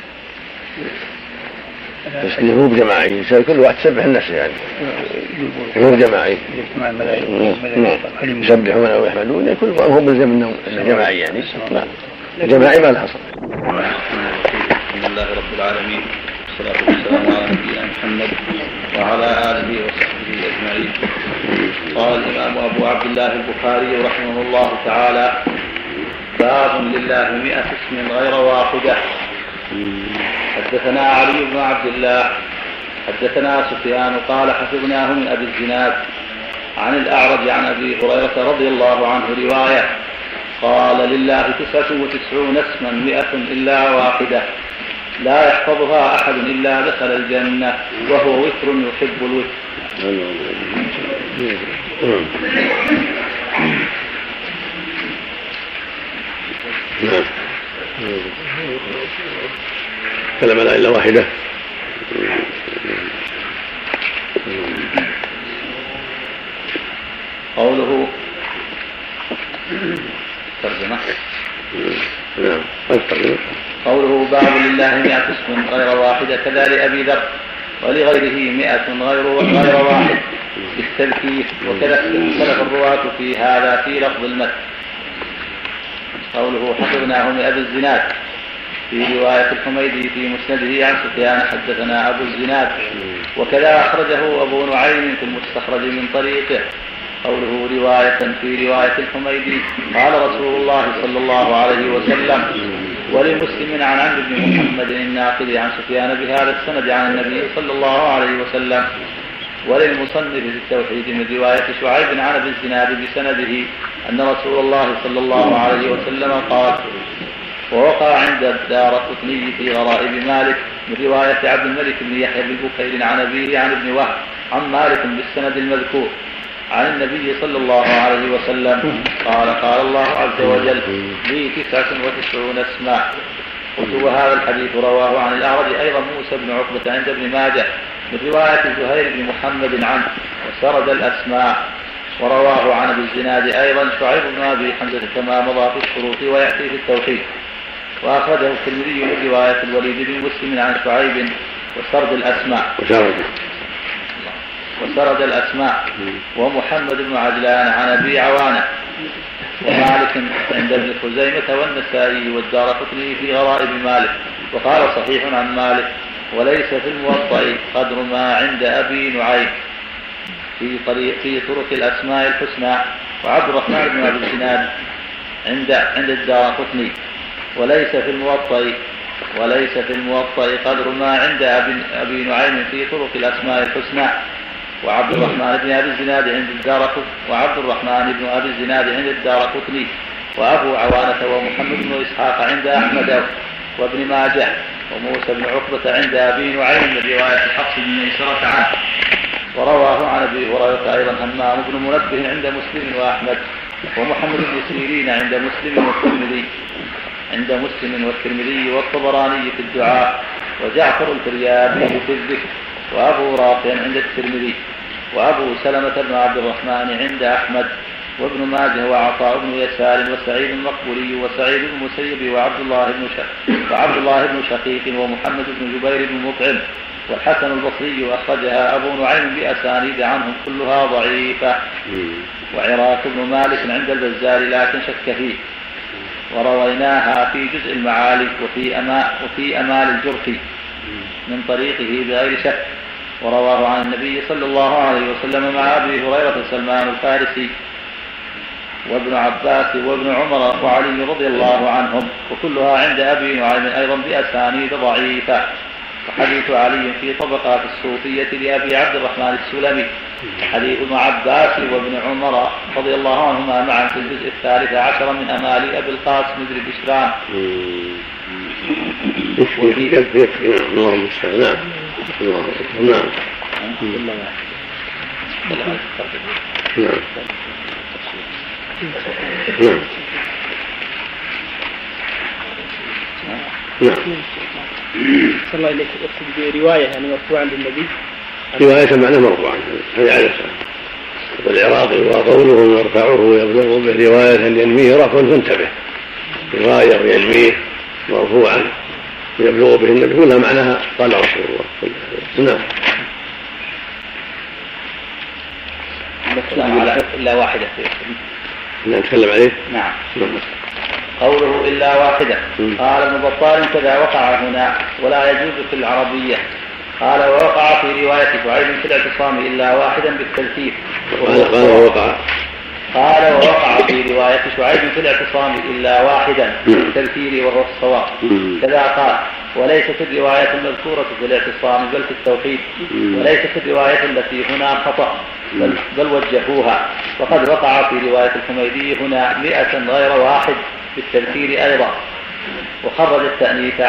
Speaker 2: بس هو بجماعي كل واحد سبح الناس يعني هو بجماعي يسبحون أو يحمدون كل هو بلزم النوم الجماعي يعني الجماعي ما لها صلاة.
Speaker 1: الحمد لله رب العالمين والصلاة والسلام على نبينا محمد وعلى آله وصحبه أجمعين. قال الإمام أبو عبد الله البخاري رحمه الله تعالى: باب لله 100 اسم غير واحدة. حدثنا علي بن عبد الله حدثنا سفيان قال حفظناه من أبي الزناد عن الأعرج عن أبي هريرة رضي الله عنه رواية قال: لله 99 اسما 100 إلا واحدة لا يحفظها أحد إلا دخل الجنة وهو وتر يحب الوتر.
Speaker 2: كلام لا إلا واحدة.
Speaker 1: قوله ترجمة قوله باب لله 100 اسم غير واحدة كذا لأبي ذر ولغيره 100 غير واحد بالتذكير وكذا اختلف الرواة في هذا في لفظ المتن. قوله حفظناه من أبي الزناد في رواية الحميدي في مسنده عن سفيان حدثنا أبو الزناد وكذا أخرجه أبو نعيم في المستخرج من طريقه. قوله رواية في رواية الحميدي قال رسول الله صلى الله عليه وسلم: ولمسلم عن عمرو بن محمد الناقد عن سفيان بهذا السند عن النبي صلى الله عليه وسلم. وللمصنف في التوحيد من رواية شعيب عن أبي الزناد بسنده أن رسول الله صلى الله عليه وسلم قال: ووقع عند الدارقطني في غرائب مالك من رواية عبد الملك بن يحيى بن بكير عن أبيه عن ابن وهب عن مالك بالسند المذكور عن النبي صلى الله عليه وسلم قال: قال الله عز وجل: لي 99 اسماء. قلت: وهذا الحديث رواه عن الأعرج أيضا موسى بن عقبة عند ابن ماجه من رواية زهير بن محمد عنه وسرد الأسماء. ورواه عن ابي الزناد أيضا شعيب بن أبي حمزة كما مضى في الشروط ويأتي في التوحيد. وأخرجه الترمذي من رواية الوليد بن مسلم عن شعيب وسرد الأسماء ومحمد بن عجلان عن أبي عوانة ومالك عند ابن خزيمة والنسائي والدارقطني في غرائب مالك. وقال صحيح عن مالك: وليس في الموطأ قدر ما عند أبي نعيم في طرق الأسماء الحسنى. وعبد الرحمن بن أبي الزناد عند الدارقطني: وليس في الموطأ قدر ما عند أبي نعيم في طرق الأسماء الحسنى. وعبد الرحمن بن أبي الزناد عند الدارقطني وأبو عوانة ومحمد بن إسحاق عند أحمد وابن ماجه وموسى بن عقبة عند أبي نعيم من رواية حفص بن ميسرة عنه. ورواه عن أبي هريرة أيضا همام بن منبه عند مسلم وأحمد ومحمد بن سيرين عند مسلم والترمذي والطبراني في الدعاء وجعفر الفريابي في الذكر وأبو رافع عند الترمذي وأبو سلمة بن عبد الرحمن عند أحمد وابن ماجه وعطاء بن يسار وسعيد المقبولي وسعيد بن المسيب وعبد الله بن شقيق ومحمد بن جبير بن مطعم والحسن البصري وأخرجها أبو نعيم بأسانيد عنهم كلها ضعيفة. وعراك بن مالك عند البزار لكن شك فيه. ورويناها في جزء المعالي وفي أمال الجرفي من طريقه بغير شك. ورواه عن النبي صلى الله عليه وسلم مع أبي هريرة سلمان الفارسي وابن عباس وابن عمر وعلي رضي الله عنهم، وكلها عند أبي نعيم أيضا بأسانيد ضعيفة. وحديث علي في طبقات الصوفية لأبي عبد الرحمن السلمي، حديث ابن عباس وابن عمر رضي الله عنهما معا في الجزء 13 من أمال أبي القاسم بن بشران.
Speaker 2: اللهم استعان. نعم.
Speaker 4: صلى الله عليه وسلم برواية يعني مرفوعا للنبي،
Speaker 2: رواية معنى مرفوعا هذه عليه السلام. والعراقي وقوله يرفعه ويبلغ به رواية ينميه رفعا فانتبه، رواية وينميه مرفوعا ويبلغ به النبي كلها معناها قال رسول الله. نعم.
Speaker 1: إلا واحدة
Speaker 2: نتكلم عليه.
Speaker 1: نعم. قوله إلا واحدة، قال ابن بطال كذا وقع هنا ولا يجوز في العربية. قال ووقع في رواية شعيب في الاعتصام إلا واحدا بالترتيب. قال ووقع في رواية شعيب في الاعتصام إلا واحدا بالترتيب وهو الصواب. كذا قال وليست الرواية المذكورة في الاعتصام بل في التوحيد، وليست الرواية التي هنا خطأ بل وجهوها. وقد وقع في رواية الحميدي هنا 100 غير واحد بالتذكير أيضا. وخرج التأنيث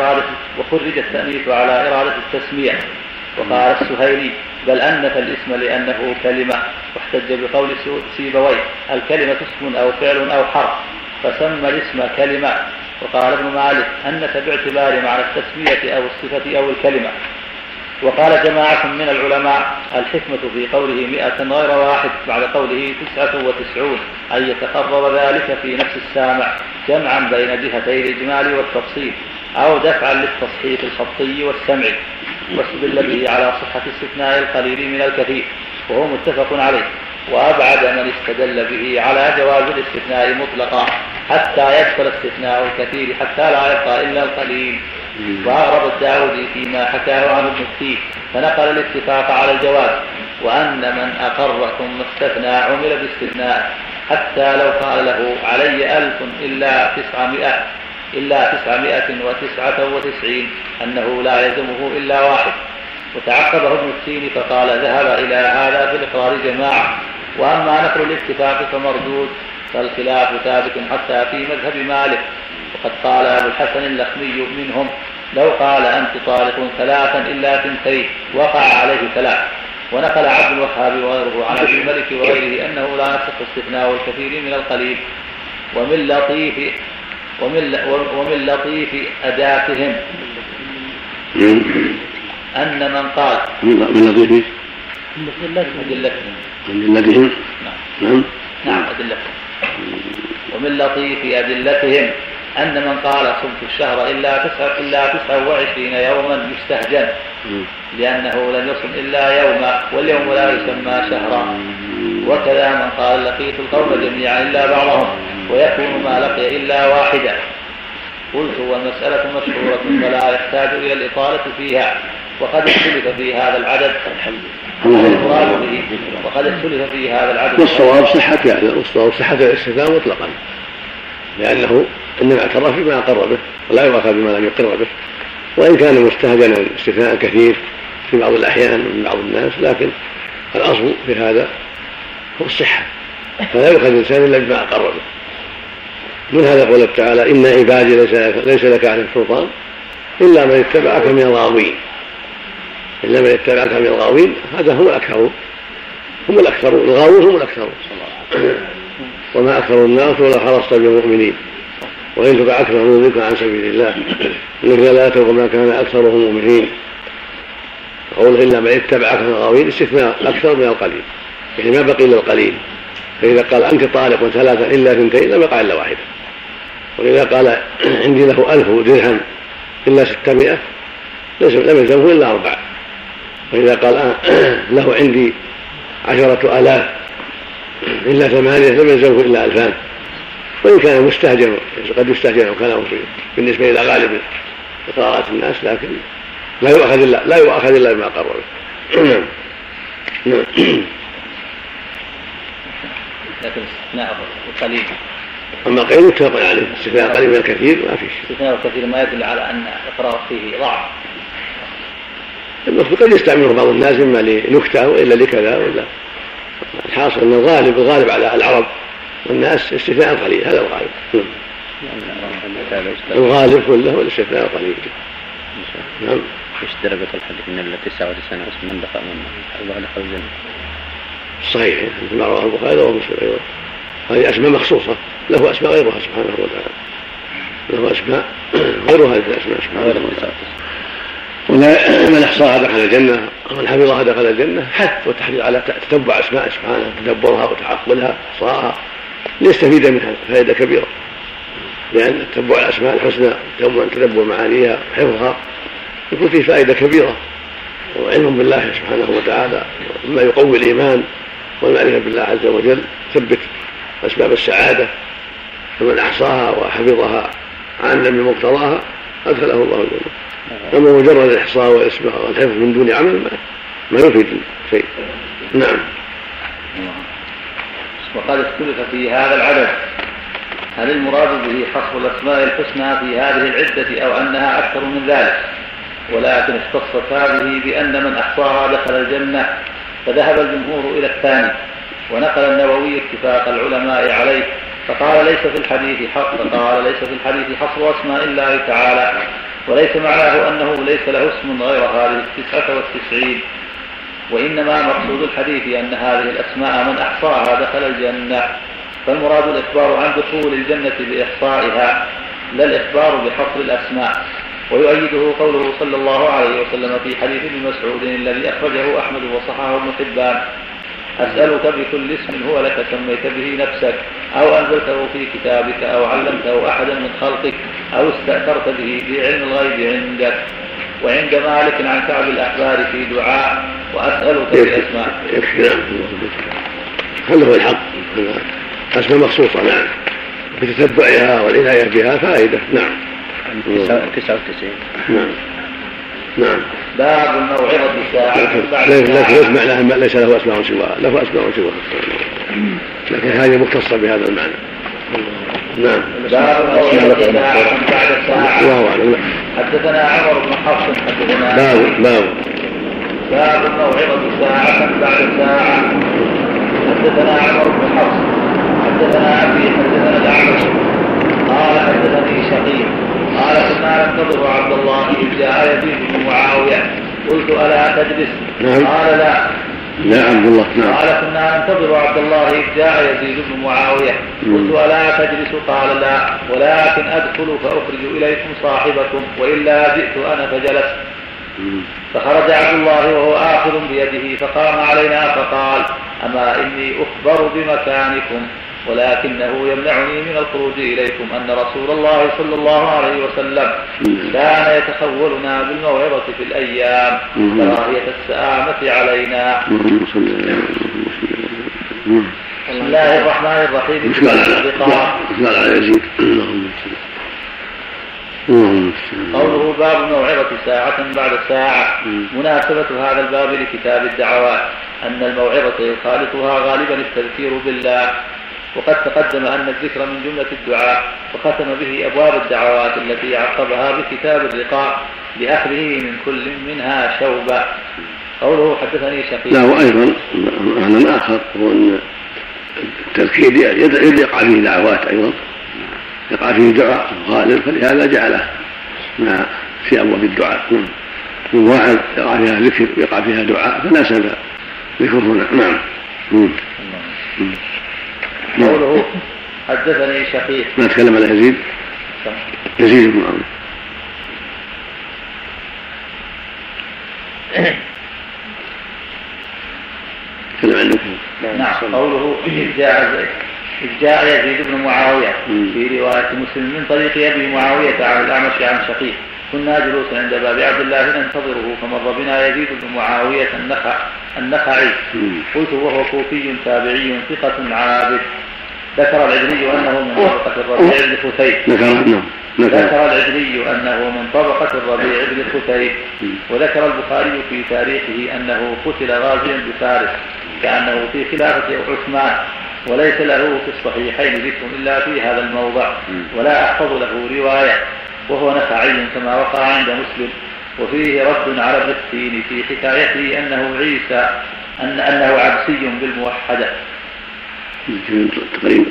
Speaker 1: على إرادة التسمية. وقال السهيلي بل أنف الاسم لأنه كلمة، واحتج بقول سيبويه الكلمة اسم أو فعل أو حرف فسمى الاسم كلمة. وقال ابن مالك أنف باعتبار معنى التسمية أو الصفة أو الكلمة. وقال جماعة من العلماء الحكمة في قوله 100 غير واحد بعد قوله 99 أن يتقرر ذلك في نفس السامع جمعا بين جهتي الإجمال والتفصيل أو دفعا للتصحيح الخطي والسمعي. واستدل به على صحة استثناء القليل من الكثير وهو متفق عليه. وأبعد من استدل به على جواز الاستثناء مطلقا حتى يدخل استثناء الكثير حتى لا يبقى إلا القليل. وأغرب الداودي فيما حكاه عنه ابن السيب فنقل الاتفاق على الجواز، وأن من أقر ثم استثنى عمل باستثناء حتى لو قال له علي 1000 إلا 999 أنه لا يلزمه إلا واحد. وتعقبه ابن السين فقال ذهب إلى هذا في الإقرار جماعة، وأما نقل الاتفاق فمردود، فالخلاف ثابت حتى في مذهب مالك. وقد قال أبو الحسن اللخمي منهم لو قال أنت طالق 3 إلا 2 وقع عليه 3. ونقل عبد الوهاب وغيره عن عبد الملك وغيره أنه لا يصح استثناء الكثير من القليل. ومن لطيف أداتهم أن من قال
Speaker 2: من لطيف
Speaker 1: أدلتهم نعم أدلتهم. ومن لطيف أدلتهم أن من قال صمت الشهر إلا 29 يوما يستهجن لأنه لم يصم إلا يوما واليوم لا يسمى شهرا. وكذا من قال لقيت القوم جميعا إلا بعضهم ويكون ما لقي إلا واحدا. قلت والمسألة مشهورة فلا يحتاج إلى الإطالة فيها. وقد اختلف في هذا العدد
Speaker 2: والصواب صحة الاستثناء مطلقا، لأنه إنما اعترف بما أقر به ولا يؤاخذ بما لم يقر به. وإن كان مستهجنا استثناء كثير في بعض الأحيان من بعض الناس، لكن الأصل في هذا هو الصحة، فلا يؤخذ الإنسان إلا بما أقر به. من هذا قوله تعالى إن عبادي ليس لك عليهم سلطان إلا من اتبعك من الغاوين. هذا هم الأكثرون الغاوون هم الأكثرون. وما أكثر الناس ولا حرصت بمؤمنين وإن تبع أكثر يضلك عن سبيل الله إنك لا تبغى ما كان أكثرهم مؤمنين. قوله إلا من اتبعك من الغاوين استثناء أكثر من القليل، يعني ما بقي إلا القليل. فإذا قال أنت طالق 3 إلا 2 لم يقع إلا واحدة. وإذا قال عندي له 1000 درهم إلا 600 لم يلزمه إلا 4. وإذا قال له عندي 10,000 إلا 8 لم يلزمه إلا 2000. وإن كان مستهجن قد يستهجن كلامه بالنسبة إلى غالب إقرارات الناس، لكن لا يؤاخذ إلا بما قرر.
Speaker 1: لكن استثناء القليل.
Speaker 2: أما القليل متفق عليه، استثناء القليل من الكثير ما فيش.
Speaker 1: استثناء الكثير ما يدل على أن إقرار فيه ضعف.
Speaker 2: المفروض قد يستعمله بعض الناس إما لنكتة وإلا لكذا ولا. الحاصل أن الغالب على العرب والناس استثناء القليل، هذا الغالب. الغالب كله هو الاستثناء القليل. نعم.
Speaker 3: ايش درجة الحديث من 99 اسم من دخل الله دخل الجنة؟
Speaker 2: صحيح ما رواه البخاري ومسلم أيضا. هذه أسماء مخصوصة، له أسماء غيرها سبحانه وتعالى، له أسماء غير هذه الأسماء سبحانه وتعالى. ومن أحصاها دخل الجنة ومن حفظها دخل الجنة، حث وتحريض على تتبع أسماء سبحانه، تدبرها وتعقلها إحصاءها ليستفيد منها فائدة كبيرة، لأن تتبع الأسماء الحسنى تدبر معانيها وحفظها يكون فيه فائدة كبيرة وعلم بالله سبحانه وتعالى، مما يقوي الإيمان والمعرفة بالله عز وجل، ثبت أسباب السعادة. فمن أحصاها وحفظها عنا بمقتضاها أدخله الله الجنة. أما مجرد الإحصاء والإسماء والحفظ من دون عمل ما يفيد شيء. نعم.
Speaker 1: وقد اختلف في هذا العدد، هل المراد به حصر الأسماء الحسنى في هذه العدة أو أنها أكثر من ذلك؟ ولكن اختصت هذه بأن من أحصاها دخل الجنة، فذهب الجمهور إلى الثاني، ونقل النووي اتفاق العلماء عليه، فقال ليس في الحديث حصر أسماء الله تعالى، وليس معناه أنه ليس له اسم غير هذه 99، وإنما مقصود الحديث أن هذه الأسماء من أحصاها دخل الجنة، فالمراد الإخبار عن دخول الجنة بإحصائها لا الإخبار بحصر الأسماء. ويؤيده قوله صلى الله عليه وسلم في حديث ابن مسعود الذي أخرجه أحمد وصححه ابن حبان: أسألك بكل اسم هو لك سميت به نفسك أو أنزلته في كتابك أو علمته أحدا من خلقك أو استأثرت به في علم الغيب عندك. وعند مالك عن كعب الأحبار في دعاء: وأسألك بأسماء.
Speaker 2: هذا هو الحق، أسماء مخصوصة. نعم، بتتبعها والعناية بها فائدة. نعم.
Speaker 3: 99.
Speaker 2: نعم.
Speaker 1: باب الموعظة ساعة.
Speaker 2: لكن يسمع لها ليس له أسماء سواها، له أسماء سواها، لكن هذه مختصة بهذا المعنى. نعم.
Speaker 1: باب الموعظة ساعة بعد ساعة.
Speaker 2: الله أعلم.
Speaker 1: حدثنا عمر بن حفص حدثنا باب الموعظة ساعة بعد ساعة. حدثنا عمر بن حفص حدثنا أبي حدثنا الأعمش قال حدثني شقيق قال كنا ننتظر عبد الله إذ جاء يزيد بن معاوية قلت ألا تجلس؟ قال لا.
Speaker 2: عبد الله.
Speaker 1: قال كنا ننتظر عبد الله إذ جاء يزيد بن معاوية قلت ألا تجلس؟ قال لا، ولكن أدخل فأخرج إليكم صاحبكم وإلا جئت أنا فجلست. فخرج عبد الله وهو آخذ بيده فقام علينا فقال: أما إني أخبر بمكانكم، ولكنه يمنعني من الخروج إليكم أن رسول الله صلى الله عليه وسلم كان يتخولنا بالموعظة في الأيام كراهية السآمة علينا. بسم الله الرحمن الرحيم. قوله باب الموعظة ساعة بعد ساعة. مناسبة هذا الباب لكتاب الدعوات أن الموعظة يخالطها غالبا التذكير بالله، وقد تقدم أن الذكر من جملة الدعاء، وختم به أبواب الدعوات التي عقبها بكتاب الرقاء لأخذه من كل منها شوبا. قوله حدثني شقيق.
Speaker 2: لا، وأيضا معنى آخر هو أن التذكير يقع فيه دعوات، أيضا يقع فيه دعاء غالب، فلهذا جعله في أبواب الدعاء. من واحد يقع فيها ذكر ويقع فيها دعاء فناسب ذكر هنا. نعم.
Speaker 1: قوله حدثني شقيق.
Speaker 2: ما تكلم على يزيد بن معاوية. تكلم عنه.
Speaker 1: نعم. قوله إذ جاء يزيد بن معاوية في رواية مسلم من طريق أبي معاوية عن الأعمش عن شقيق: كنا جلوسا عند باب عبد الله ننتظره فمر بنا يزيد بن معاوية النخعي. قلت: وهو كوفي تابعي ثقة عابد. ذكر العجلي أنه من طبقة الربيع بن خثيب. ذكر العجلي أنه من طبقة الربيع بن خثيب. وذكر البخاري في تاريخه أنه قتل غازيا بفارس كأنه في خلافة عثمان، وليس له في الصحيحين ذكر إلا في هذا الموضع ولا أحفظ له رواية، وهو نخعي كما وقع عند مسلم. وفيه رد على ابن التين في حكايته أنه عيسى أنه عبسي بالموحدة.
Speaker 2: تقريبا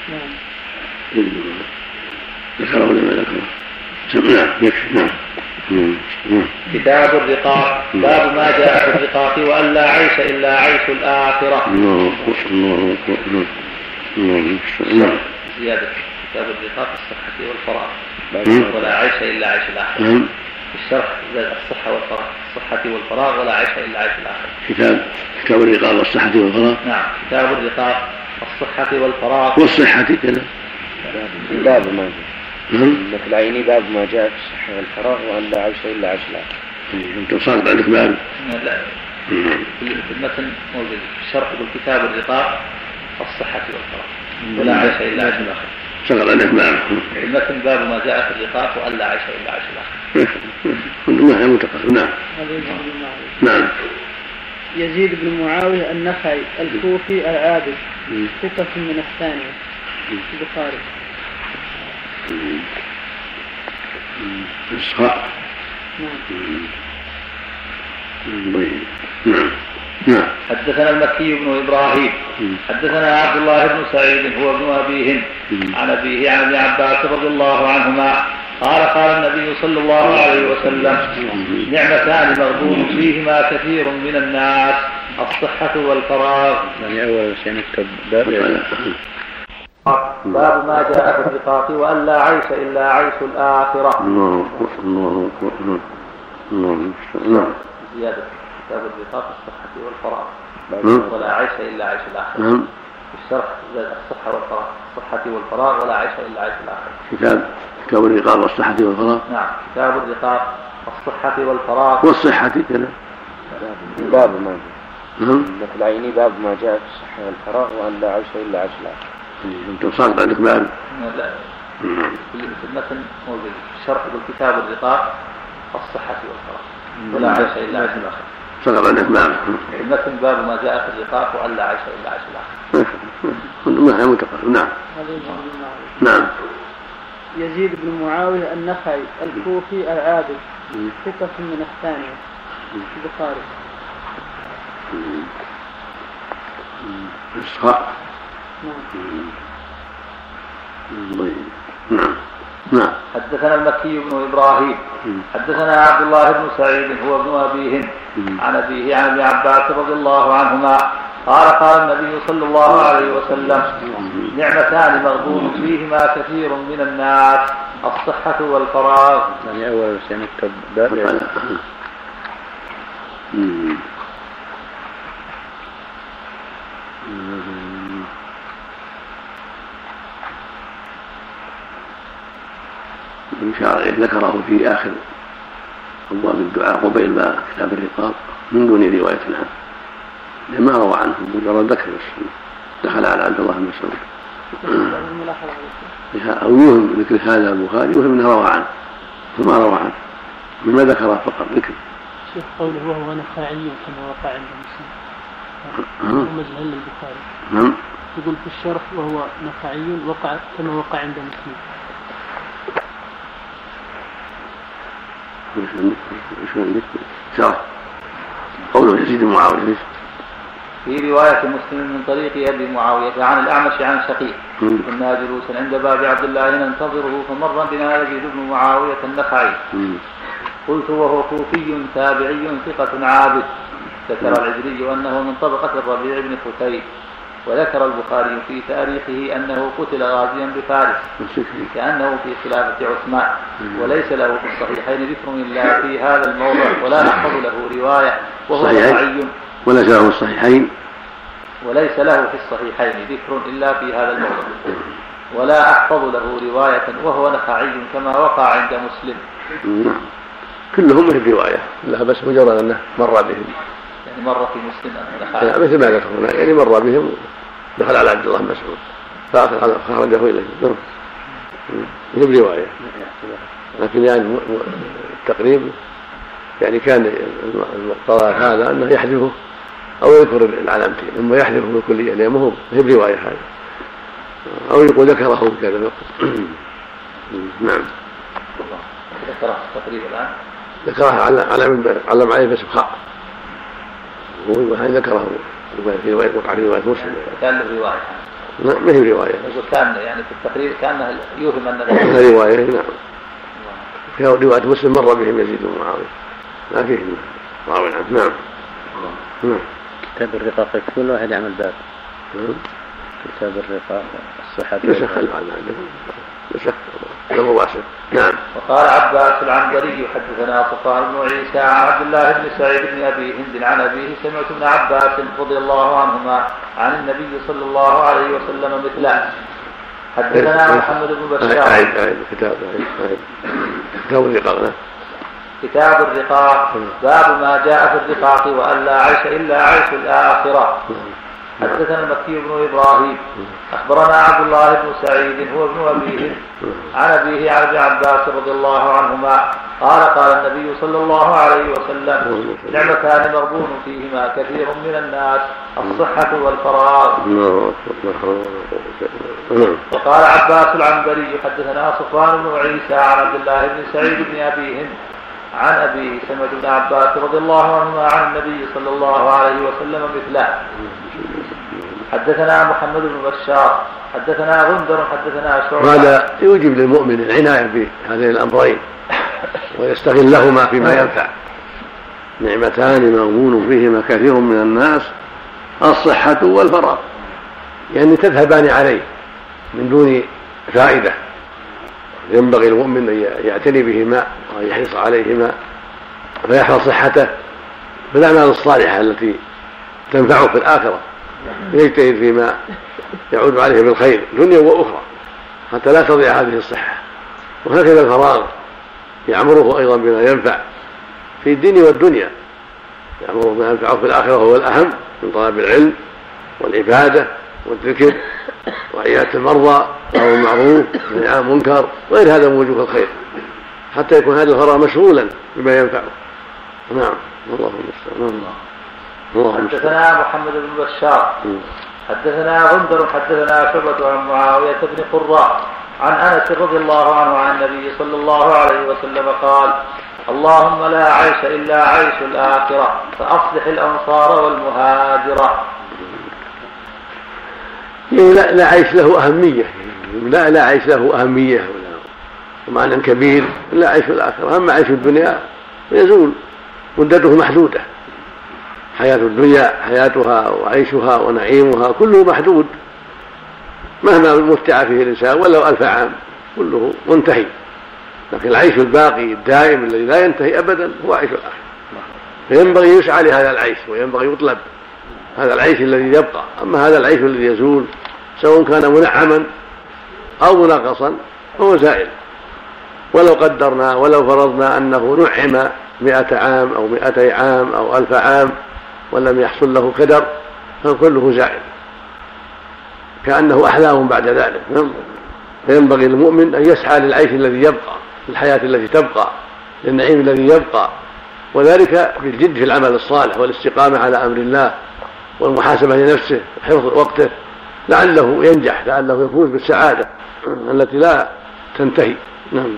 Speaker 2: ذكره ولا ما ذكره؟ نعم يكفي. نعم.
Speaker 1: كتاب الرقاق. باب ما جاء في الرقاق وأن لا عيش إلا عيش الآخرة. زيادة كتاب الرقاق الصحة والفراغ ولا عيش إلا عيش الآخرة. الشرح الصحة والفراغ، الصحة والفراغ ولا عيش إلا عيش الآخرة.
Speaker 2: كتاب الرقاق والصحة والفراغ.
Speaker 1: نعم كتاب الرقاق الصحة والفراغ.
Speaker 2: والصحة كذا
Speaker 3: باب ما مثل العيني باب ما جاء في الصحة والفراغ وأن لا عيش إلا عيش الآخرة.
Speaker 2: أنت صادق عندك باب؟
Speaker 1: لا في المتن موجود الشرح بالكتاب الرقاق الصحة والفراغ ولا عيش إلا عيش الآخرة.
Speaker 2: شغل عندك باب
Speaker 1: المتن باب ما جاء في الرقاق وأن لا عيش إلا عيش الآخرة.
Speaker 2: ما هي متقارب. نعم. نعم.
Speaker 4: يزيد بن معاوية النخعي الكوفي العابد ثقة من الثانية البخاري.
Speaker 2: إسحاق. نعم. نعم.
Speaker 1: حدثنا المكي بن إبراهيم حدثنا عبد الله بن سعيد هو ابن أبي هند عن أبيه عن ابن عباس رضي الله عنهما قال قال النبي صلى الله عليه وسلم نعمتان مغبون فيهما كثير من الناس الصحة والفراغ.
Speaker 3: يعني أول شيء نكتب
Speaker 1: باب ما جاء في الرقاق وأن لا عيش إلا عيش الآخرة.
Speaker 2: نعم.
Speaker 1: زيادة كتاب الرقاق الصحة والفراغ ولا عيش إلا عيش الآخرة. الشرح الصحة والفراغ، الصحة والفراغ ولا عيش إلا عيش الآخرة.
Speaker 2: كتاب الرقاق والصحة والفراغ.
Speaker 1: نعم كتاب الرقاق الصحة والفراغ.
Speaker 2: والصحة كذا
Speaker 3: باب ما مثل العيني باب ما جاء في الصحة والفراغ وأن لا عيش إلا عيش الآخرة.
Speaker 2: أنت صادق عندك باب؟
Speaker 1: لا في المتن موجود الشرح بالكتاب الرقاق الصحة والفراغ ولا عيش إلا عيش الآخرة.
Speaker 2: صدق عندك باب.
Speaker 1: المتن باب ما جاء في الرقاق وأن لا عيش إلا عيش الآخرة.
Speaker 2: ما هي متقارب. نعم. نعم.
Speaker 4: يزيد بن معاوية النخعي الكوفي العابد ثقة من الثانية البخاري.
Speaker 2: إسحاق. نعم. نعم.
Speaker 1: حدثنا المكي بن إبراهيم حدثنا عبد الله بن سعيد هو ابن أبي هند عن أبيه عن ابن عباس رضي الله عنهما قال قال النبي صلى الله عليه وسلم نعمتان مغبون فيهما كثير من الناس الصحة والفراغ.
Speaker 3: يعني أول شيء نكتب باب
Speaker 2: ذكره في آخر أبواب الدعاء قبيل ما كتاب الرقاق من دون رواية عنه ما روى عنه مجرد ذكر بس دخل على عبد الله بن مسعود أو يوهم ذكر هذا البخاري وهم انه روى عنه فما روى عنه مما ذكره فقط ذكر.
Speaker 4: شيخ قوله وهو نخاعي كما وقع عند مسلم مجهل البخاري.
Speaker 2: نعم.
Speaker 4: يقول في الشرح وهو نخاعي وقع كما وقع عند مسلم.
Speaker 2: ايش عندك؟ شرح قوله يزيد معاوية
Speaker 1: في رواية مسلم من طريق أبي معاوية عن الأعمش عن شقيق كنا جلوسا عند باب عبد الله ننتظره فمر بنا يزيد بن معاوية النخعي قلت وهو كوفي تابعي ثقة عابد. ذكر العجلي أنه من طبقة الربيع بن ختيب. وذكر البخاري في تاريخه أنه قتل غازيا بفارس كأنه في خلافة عثمان وليس له في الصحيحين ذكر إلا في هذا الموضع ولا نحفظ له رواية وهو نخعي.
Speaker 2: وليس له الصحيحين
Speaker 1: وليس له في الصحيحين ذكر إلا في هذا الموضع ولا أحفظ له رواية وهو نخعي كما وقع عند مسلم.
Speaker 2: كلهم من الرواية لها بس مجرد أنه مر بهم
Speaker 1: يعني مر في مسلم
Speaker 2: مثل ما ذكرنا يعني مر بهم دخل على عبد الله بن مسعود فخرجه إليه من رواية لكن يعني التقريب يعني كان المقتضى هذا أنه يحذفه أو يذكر العلامتين ثم يحذفه بالكلية لأنه ما هي برواية هذا، أو يقول ذكره كذا فقط. نعم.
Speaker 1: ذكره التقريب الآن.
Speaker 2: ذكره علم عليه بس بخاء، وهذا ذكره في رواية وقع في رواية مسلم.
Speaker 1: كان له رواية.
Speaker 2: لا ما هي رواية.
Speaker 1: كان يعني في التقرير كأنه يوهم أن
Speaker 2: رواية. نعم. في رواية مسلم مر بهم يزيد بن معاوية ما فيه راوي عنه. نعم. نعم.
Speaker 3: كتاب الرقاق يكون واحد يعمل باب. كتاب الرقاق الصحة.
Speaker 2: يسخل على يسخل له واسع. نعم.
Speaker 1: وقال عباس العنبري حدثنا صفوان بن عيسى عن عبد الله بن سعيد بن أبي هند عن أبيه سمعت ابن عباس رضي الله عنهما عن النبي صلى الله عليه وسلم مثله. حدثنا محمد بن بشار.
Speaker 2: كتاب الرقاق.
Speaker 1: كتاب الرقاق باب ما جاء في الرقاق وأن لا عيش إلا عيش الآخرة. حدثنا المكي بن إبراهيم أخبرنا عبد الله بن سعيد هو ابن أبيه عن أبيه عن ابن عباس رضي الله عنهما قال النبي صلى الله عليه وسلم نعمتان مغبون فيهما كثير من الناس الصحة والفراغ. وقال عباس العنبري حدثنا صفوان بن عيسى عن عبد الله بن سعيد بن أبي هند عن أبي سمعت بن عباس رضي الله عنهما عن النبي صلى الله عليه وسلم مثله. حدثنا محمد بن بشار حدثنا غندر حدثنا شعبة.
Speaker 2: هذا يوجب للمؤمن العناية بهذين الأمرين ويستغل لهما فيما ينفع. نعمتان مغبون فيهما كثير من الناس الصحة والفراغ، يعني تذهبان عليه من دون فائدة. ينبغي المؤمن أن يعتني بهما وأن يحرص عليهما فيحفظ صحته بالأعمال الصالحة التي تنفعه في الآخرة، يجتهد فيما يعود عليه بالخير دنيا وأخرى حتى لا تضيع هذه الصحة. وهكذا الفراغ يعمره أيضا بما ينفع في الدين والدنيا، يعمره بما ينفعه في الآخرة وهو الأهم من طلب العلم والعبادة والذكر وعيادة المرضى أو المعروف والنهي عن المنكر وغير هذا من وجوه الخير، حتى يكون هذا الفراغ مشغولا بما ينفعه. نعم. اللهم المستعان.
Speaker 1: حدثنا محمد بن بشار حدثنا غندر حدثنا شعبة عن معاوية بن قراء عن أنس رضي الله عنه عن النبي صلى الله عليه وسلم قال اللهم لا عيش إلا عيش الآخرة فأصلح الأنصار والمهاجرة.
Speaker 2: لا عيش له أهمية، لا عيش له أهمية ومعنى كبير. لا عيش الآخرة، أما عيش الدنيا يزول مدته محدودة. حياة الدنيا حياتها وعيشها ونعيمها كله محدود، مهما متع فيه الإنسان ولو 1000 عام كله منتهي. لكن العيش الباقي الدائم الذي لا ينتهي أبدا هو عيش الآخرة، فينبغي يسعى لهذا العيش وينبغي يطلب هذا العيش الذي يبقى. أما هذا العيش الذي يزول سواء كان منعما أو منقصا فهو زائل. ولو قدرنا ولو فرضنا أنه نعم 100 عام أو 200 عام أو 1000 عام ولم يحصل له قدر فكله زائل كأنه أحلام بعد ذلك. فينبغي للمؤمن أن يسعى للعيش الذي يبقى، للحياة التي تبقى، للنعيم الذي يبقى، وذلك بالجد في العمل الصالح والاستقامة على أمر الله والمحاسبة لنفسه وحفظ وقته لعله ينجح، لعله يفوز بالسعادة التي لا تنتهي. نعم.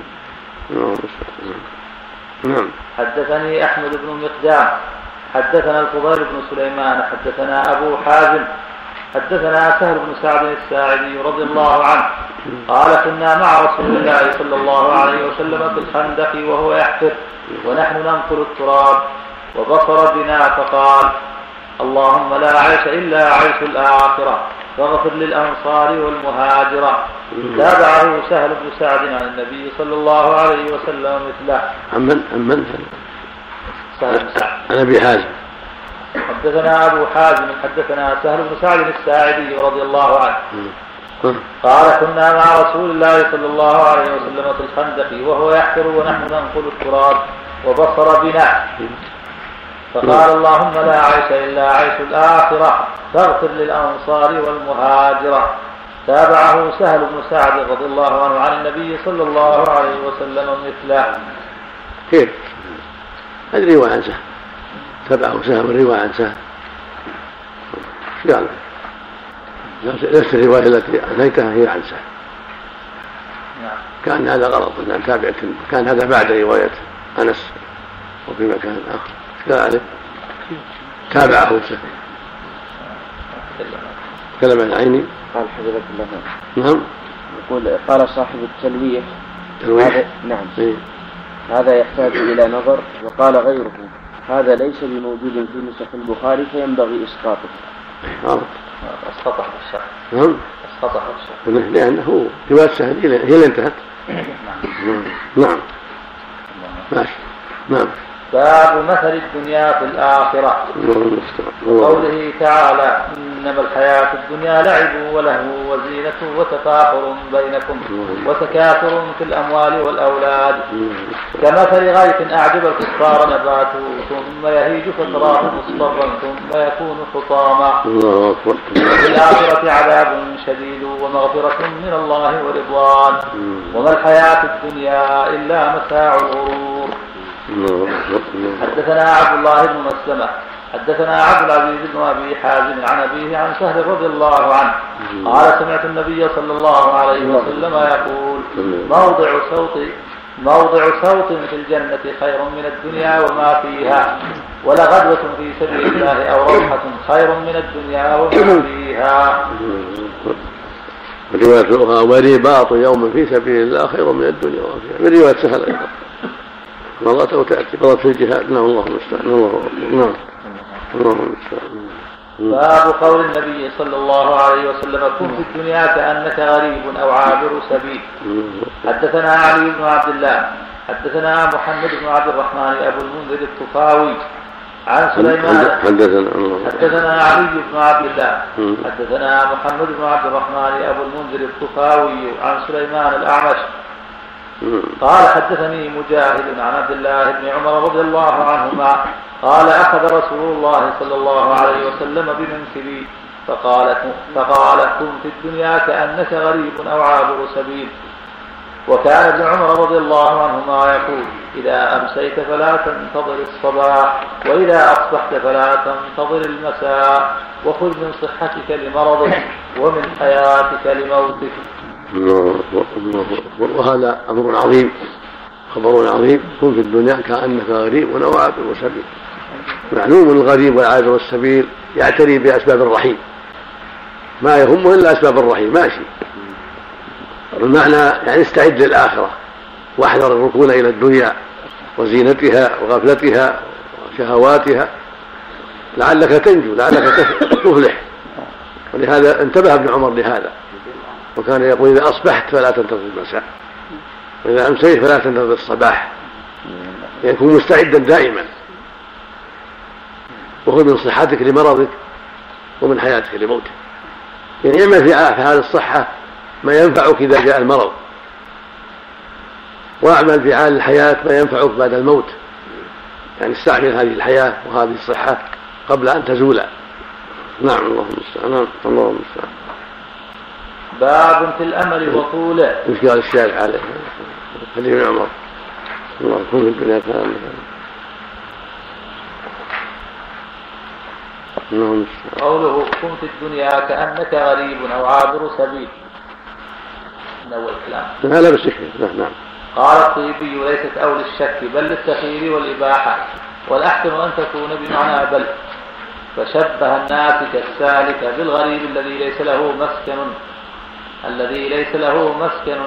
Speaker 2: نعم.
Speaker 1: حدثني أحمد بن مقدام حدثنا الفضيل بن سليمان حدثنا أبو حازم حدثنا سهل بن سعد الساعدي رضي الله عنه قال كنا مع رسول الله صلى الله عليه وسلم في الخندق وهو يحفر ونحن ننقل التراب وبصر بنا فقال اللهم لا عيش إلا عيش الآخرة فاغفر للأنصار والمهاجرة. تابعه سهل بن سعد عن النبي صلى الله عليه وسلم مثله.
Speaker 2: عن
Speaker 1: سهل بن سعد
Speaker 2: عن أبي حازم
Speaker 1: حدثنا أبو حازم حدثنا سهل بن سعد الساعدي رضي الله عنه قال كنا مع رسول الله صلى الله عليه وسلم في الخندق وهو يحفر ونحن ننقل التراب وبصر بنا فقال اللهم لا عيش إلا عيش الآخرة فاغفر للأنصار والمهاجرة. تابعه سهل بن سعد رضي الله عنه عن النبي صلى الله عليه وسلم مثله.
Speaker 2: كيف؟ هذه رواية عن سهل، تبعه سهل الرواية عن سهل يعني نفس الرواية التي أنهيتها هي عن سهل. كان هذا غلط أن تابعة، كان هذا بعد رواية أنس وفي مكان آخر كذلك تابعه سهل. تكلم عن عيني
Speaker 3: قال حفظك الله.
Speaker 2: نعم.
Speaker 3: يقول قال صاحب التلويح
Speaker 2: هذا
Speaker 3: نعم هذا يحتاج إلى نظر، وقال غيره هذا ليس بموجود في نسخ البخاري فينبغي إسقاطه.
Speaker 1: اسقطه الشيخ.
Speaker 2: نعم
Speaker 1: اسقطه الشيخ
Speaker 2: لأنه رواية سهل هي اللي انتهت. نعم ماشي. نعم.
Speaker 1: باب مثل الدنيا في الآخرة. قوله تعالى إنما الحياة الدنيا لعب ولهو وزينة وتفاخر بينكم وتكاثر في الأموال والأولاد كمثل غيث أعجب الكفار نباته ثم يهيج فتراه مصفرا ثم يكون حطاما. في الآخرة عذاب شديد ومغفرة من الله ورضوان وما الحياة الدنيا إلا متاع الغرور. حدثنا عبد الله بن مسلمة حدثنا عبد العزيز بن أبي حازم عن أبيه عن سهل رضي الله عنه قال سمعت النبي صلى الله عليه وسلم يقول موضع صوت في الجنة خير من الدنيا وما فيها ولغدوة في سبيل الله أو روحة خير من الدنيا وما فيها.
Speaker 2: رواية ورباط يوم في سبيل الله خير من الدنيا وما فيها من رواية سهل أيضا مرة وتأتي مرة في الجهاد. نعم الله المستعان. نعم الله المستعان.
Speaker 1: باب قول النبي صلى الله عليه وسلم كن في الدنيا كأنك غريب أو عابر سبيل. حدثنا علي بن عبد الله حدثنا محمد بن عبد الرحمن أبو المنذر الطفاوي عن سليمان حدثنا علي بن عبد الله حدثنا محمد بن عبد الرحمن أبو المنذر الطفاوي عن سليمان الأعمش قال حدثني مجاهد عن عبد الله بن عمر رضي الله عنهما قال أخذ رسول الله صلى الله عليه وسلم بمنكبي فقال كن في الدنيا كأنك غريب أو عابر سبيل. وكان ابن عمر رضي الله عنهما يقول إذا أمسيت فلا تنتظر الصباح وإذا أصبحت فلا تنتظر المساء وخذ من صحتك لمرضك ومن حياتك لموتك.
Speaker 2: وهذا أمر عظيم خبر عظيم. كن في الدنيا كأنك غريب أو عابر سبيل. معلوم الغريب والعابر السبيل يعتني بأسباب الرحيل ما يهمه إلا أسباب الرحيل ماشي. المعنى يعني استعد للآخرة واحذر الركون إلى الدنيا وزينتها وغفلتها وشهواتها لعلك تنجو لعلك تفلح. ولهذا انتبه ابن عمر لهذا وكان يقول إذا أصبحت فلا تنتظر المساء وإذا أمسيت فلا تنتظر الصباح يكون مستعدا دائما. وخذ من صحتك لمرضك ومن حياتك لموتك يعني اعمل في هذه الصحة ما ينفعك إذا جاء المرض واعمل في حال الحياة ما ينفعك بعد الموت يعني استعمل هذه الحياة وهذه الصحة قبل أن تزول. نعم الله المستعان. الله المستعان.
Speaker 1: باب في الأمل وطوله.
Speaker 2: مش قال الشارع عليه حديث ابن عمر الله يكون في الدنيا كان
Speaker 1: قوله كن في الدنيا كأنك غريب أو عابر سبيل من أول كلام
Speaker 2: لا بس نعم.
Speaker 1: قال الطيبي ليست أول الشك بل للتخيير والإباحة والأحسن أن تكون بمعنى بل فشبه الناس كالسالك بالغريب الذي ليس له مسكن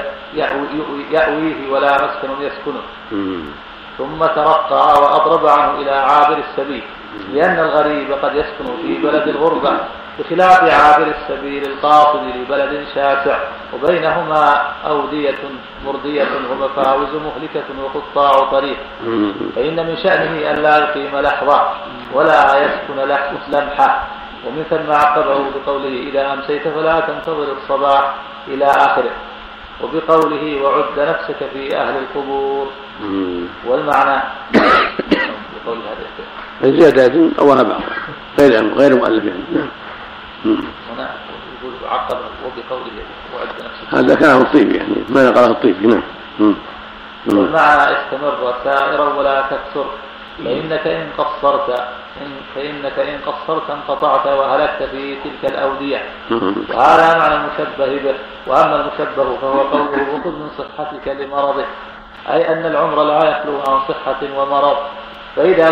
Speaker 1: يأويه ولا مسكن يسكنه ثم ترقى وأضرب عنه إلى عابر السبيل لأن الغريب قد يسكن في بلد الغربة بخلاف عابر السبيل القاصد لبلد شاسع وبينهما أودية مرضية ومفاوز مهلكة وقطاع طريق فإن من شأنه أن لا يقيم لحظة ولا يسكن لمحة. ومن ثم عقبه بقوله إذا أمسيت فلا تنتظر الصباح إلى آخره وبقوله وعد نفسك في أهل القبور. والمعنى بقول هذا
Speaker 2: الزيادة أولها بعض غير مؤلف يعني.
Speaker 1: هنا يقول عقبه وبقوله وعد نفسك
Speaker 2: هذا كلام الطيب يعني ما نقله الطيب. نعم.
Speaker 1: والمعنى استمر سائرا ولا تكسر فإنك إن قصرت فإنك إن قصرت انقطعت وهلكت في تلك الأودية. وهذا معنى المشبه به. وأما المشبه فهو قوله وخذ من صحتك لمرضه، أي أن العمر لا يخلو عن صحة ومرض. فإذا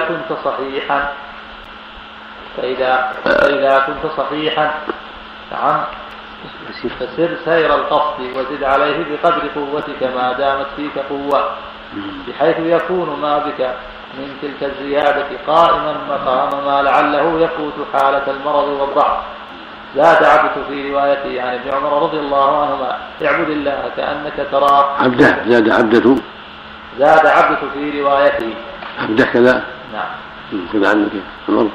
Speaker 1: كنت صحيحا فسر سير القصد وزد عليه بقدر قوتك ما دامت فيك قوة، بحيث يكون ما بك من تلك الزيادة قائما مقام ما لعله يفوت حالة المرض والضعف. زاد عبد في روايته عن ابن عمر رضي الله عنهما اعبد الله كأنك تراه. زاد عبد في روايته
Speaker 2: عبده كذا.
Speaker 1: نعم
Speaker 2: كذا عنك عمر.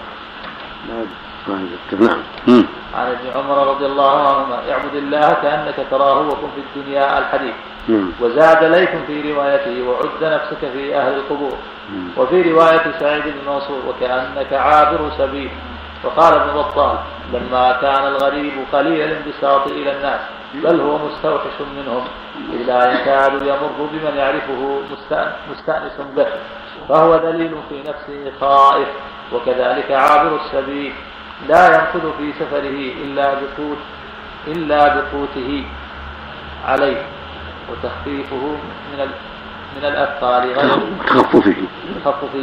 Speaker 2: نعم.
Speaker 1: عن ابن عمر رضي الله عنهما اعبد الله كأنك تراه وكن في الدنيا الحديث. وزاد ليث في روايته وعد نفسك في أهل القبور. وفي رواية سعيد بن منصور وكأنك عابر سبيل. وقال ابن بطال لما كان الغريب قليل الانبساط إلى الناس بل هو مستوحش منهم إذ لا يكاد يمر بمن يعرفه مستأنس به، فهو دليل في نفسه خائف. وكذلك عابر السبيل لا ينفذ في سفره إلا بقوته عليه وتخفيفه من الأثقال غير تخففه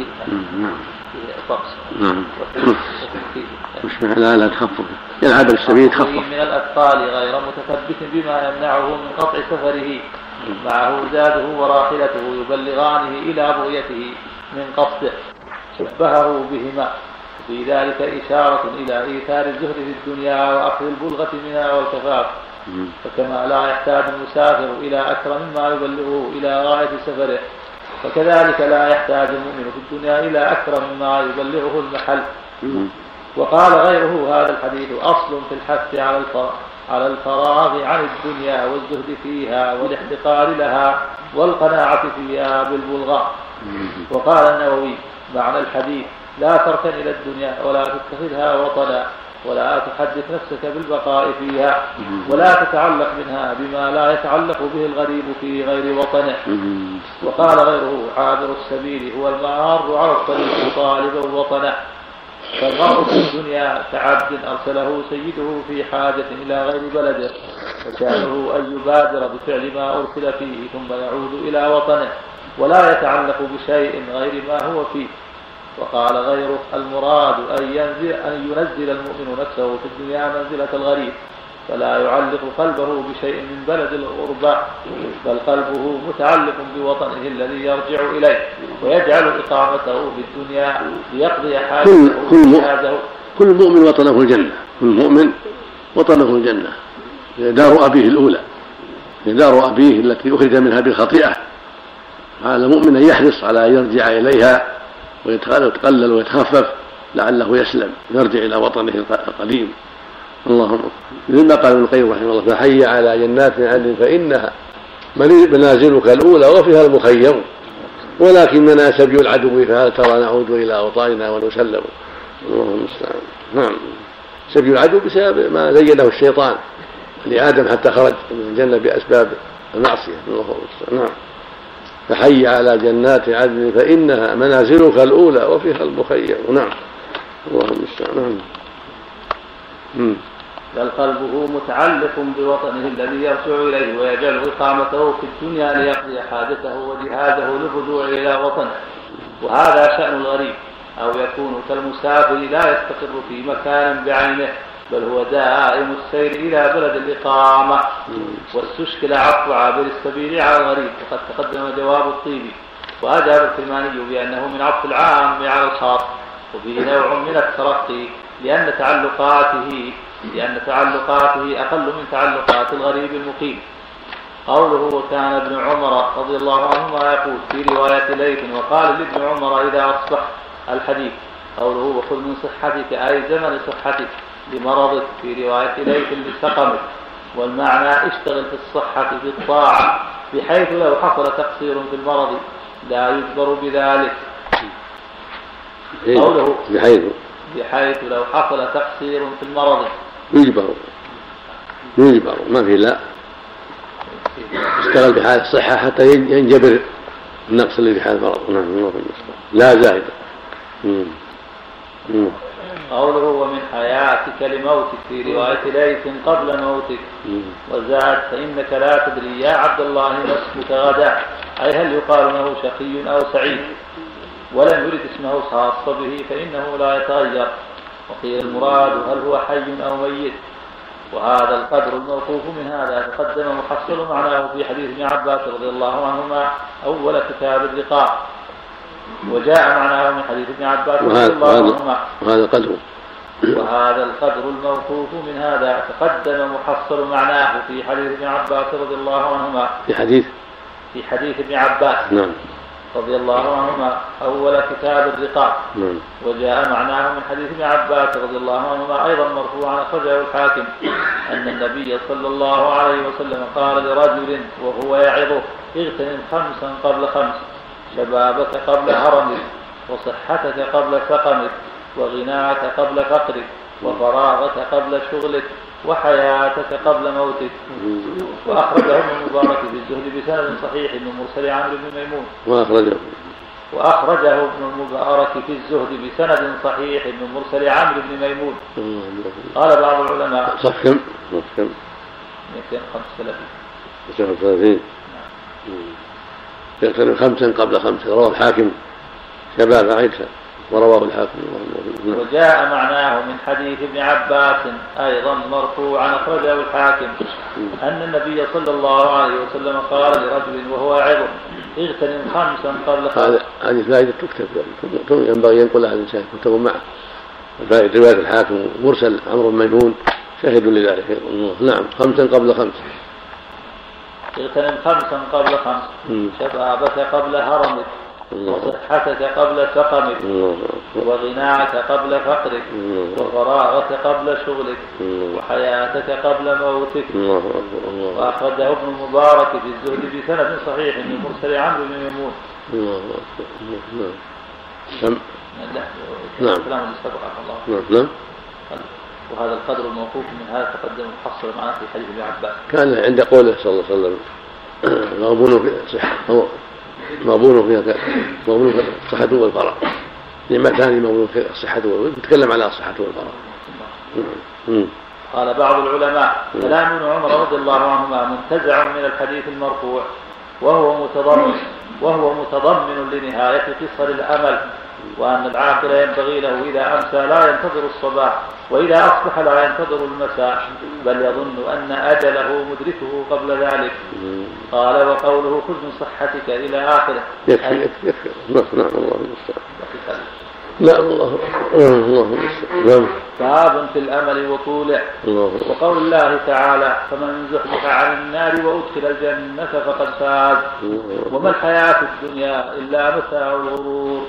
Speaker 2: مش معنى لا تخفف يلعب السبيل تخفف
Speaker 1: من الأثقال غير متثبت بما يمنعه من قطع سفره، معه زاده وراحلته يبلغانه إلى بغيته من قصده، شبهه بهما. في ذلك إشارة إلى إيثار الزهد في الدنيا وأخذ البلغة منها والكفاف. فكما لا يحتاج المسافر إلى أكثر مما يبلغه إلى غاية سفره، فكذلك لا يحتاج المؤمن في الدنيا إلى أكثر مما يبلغه المحل. وقال غيره هذا الحديث أصل في الحث على الفراغ عن الدنيا والزهد فيها والاحتقار لها والقناعة فيها بالبلغاء. وقال النووي معنى الحديث لا تركن إلى الدنيا ولا تتخذها وطنا ولا تحدث نفسك بالبقاء فيها ولا تتعلق منها بما لا يتعلق به الغريب في غير وطنه. وقال غيره عابر السبيل هو المعار على الطريق طالبا وطنه. فالمرء في الدنيا كعبد أرسله سيده في حاجة إلى غير بلده، فشأنه أن يبادر بفعل ما أرسل فيه ثم يعود إلى وطنه ولا يتعلق بشيء غير ما هو فيه. وقال غيره المراد أن ينزل المؤمن نفسه في الدنيا منزلة الغريب، فلا يعلق قلبه بشيء من بلد الغرباء، بل قلبه متعلق بوطنه الذي يرجع إليه ويجعل إقامته في الدنيا ليقضي حاجته.
Speaker 2: كل مؤمن وطنه الجنة، كل مؤمن وطنه الجنة، دار أبيه الأولى، دار أبيه التي أخرج منها بالخطيئة. على المؤمن أن يحرص على أن يرجع إليها ويتقلل ويتخفف لعله يسلم يرجع إلى وطنه القديم. اللهم مثل ما قال ابن القيم رحمه الله فحي على جنات عدن فإنها منازلك الأولى وفيها المخيم، ولكننا سبي العدو فهل ترى نعود إلى أوطاننا ونسلم. اللهم المستعان. نعم، سبي العدو بسبب ما زينه الشيطان لآدم حتى خرج من الجنة بأسباب المعصية. اللهم المستعان. نعم، فحي على جنات عدن فإنها منازلك الأولى وفيها المخيم. نعم، اللهم المستعان.
Speaker 1: بل قلبه متعلق بوطنه الذي يرجع إليه ويجعل إقامته في الدنيا ليقضي حاجته وجهاده للرجوع إلى وطنه. وهذا شأن الغريب، أو يكون كالمسافر لا يستقر في مكان بعينه، بل هو دائم السير إلى بلد الإقامة. واستشكل عطف عابر السبيل على الغريب، وقد تقدم جواب الطيبي. وأجاب الكرماني بأنه من عطف العام على الخاص، وفيه نوع من الترقي لأن تعلقاته أقل من تعلقات الغريب المقيم. قوله وكان ابن عمر رضي الله عنهما يقول في رواية ليث وقال لابن عمر إذا أصبح الحديث. قوله وخذ من صحتك أي زمن صحتك لمرضك في رواية ليث لسقمك. والمعنى اشتغل في الصحة في الطاعة بحيث لو حصل تقصير في المرض لا يجبر بذلك. قوله بحيث لو حصل تقصير في المرض
Speaker 2: يجبر ما في لا اشتغل بحال الصحة حتى ينجبر النقص اللي في حال المرض. لا زائد.
Speaker 1: قوله ومن حياتك لموتك في رواية ليث قبل موتك. وزاد فإنك لا تدري يا عبد الله ما اسمك غدا، أي هل يقال له شقي أو سعيد، ولم يرد اسمه الخاص به فإنه لا يتغير. وقيل المراد هل هو حي أو ميت. وهذا القدر الموقوف من هذا تقدم محصل معناه في حديث ابن عباس رضي الله عنهما أول كتاب الرقاق، وجاء معناه من حديث ابن عباس رضي الله عنهما. وهذا القدر الموقوف من هذا تقدم محصل معناه في حديث ابن عباس رضي الله عنهما في حديث ابن عباس رضي الله عنهما أول كتاب الرقاق. وجاء معناه من حديث ابن عباس رضي الله عنهما أيضا مرفوعا أخرجه الحاكم أن النبي صلى الله عليه وسلم قال لرجل وهو يعظه اغتنم 5 قبل 5، شبابك قبل هرمك، وصحتك قبل سقمك، وغناك قبل فقرك، وفراغك قبل شغلك، وحياتك قبل موتك. وأخرجه ابن المبارك في الزهد بسند صحيح من مرسل عمرو بن ميمون. وأخرجه ابن المبارك في الزهد بسند صحيح من مرسل عمرو بن ميمون. قال بعض العلماء
Speaker 2: صح كم؟
Speaker 1: 235.
Speaker 2: يغتنم 5 قبل 5، رواه الحاكم شباب عيسى ورواه الحاكم.
Speaker 1: وجاء معناه من حديث ابن عباس أيضا مرفوعا أخرجه الحاكم أن النبي صلى الله عليه وسلم قال لرجل وهو يعظه اغتنم 5 قبل 5.
Speaker 2: هذه فائدة تكتب، ينبغي ينقلها الإنسان كتب معه. فائدة رواية الحاكم مرسل عمرو بن ميمون شاهد لذلك. نعم 5 قبل 5.
Speaker 1: اغتنم 5 قبل 5، شبابك قبل هرمك، وصحتك قبل سقمك، وغناك قبل فقرك، وفراغك قبل شغلك، وحياتك قبل موتك. وأخرجه ابن المبارك في الزهد بسند صحيح من مرسل عمرو بن ميمون.
Speaker 2: نعم.
Speaker 1: وهذا القدر الموقوف من هذا تقدم محصل معنا في حديث ابن عباس.
Speaker 2: كان عند قوله صلى الله عليه وسلم مغبون في الصحة والفراغ، نعمتان مغبون في الصحة والفراغ، يتكلم على الصحة والفراغ.
Speaker 1: قال بعض العلماء كلام ابن عمر رضي الله عنهما منتزع من الحديث المرفوع، وهو متضمن لنهاية قصر الأمل، وأن العاقل ينبغي له إذا أمسى لا ينتظر الصباح، وإذا أصبح لا ينتظر المساء، بل يظن أن أجله مدركه قبل ذلك. قال وقوله خذ من صحتك إلى آخره.
Speaker 2: يكفي. نعم الله المستعان. لا الله المستعان.
Speaker 1: باب في الأمل وطوله. وقول الله تعالى فمن زحزح عن النار وأدخل الجنة فقد فاز، وما الحياة الدنيا إلا متاع الغرور.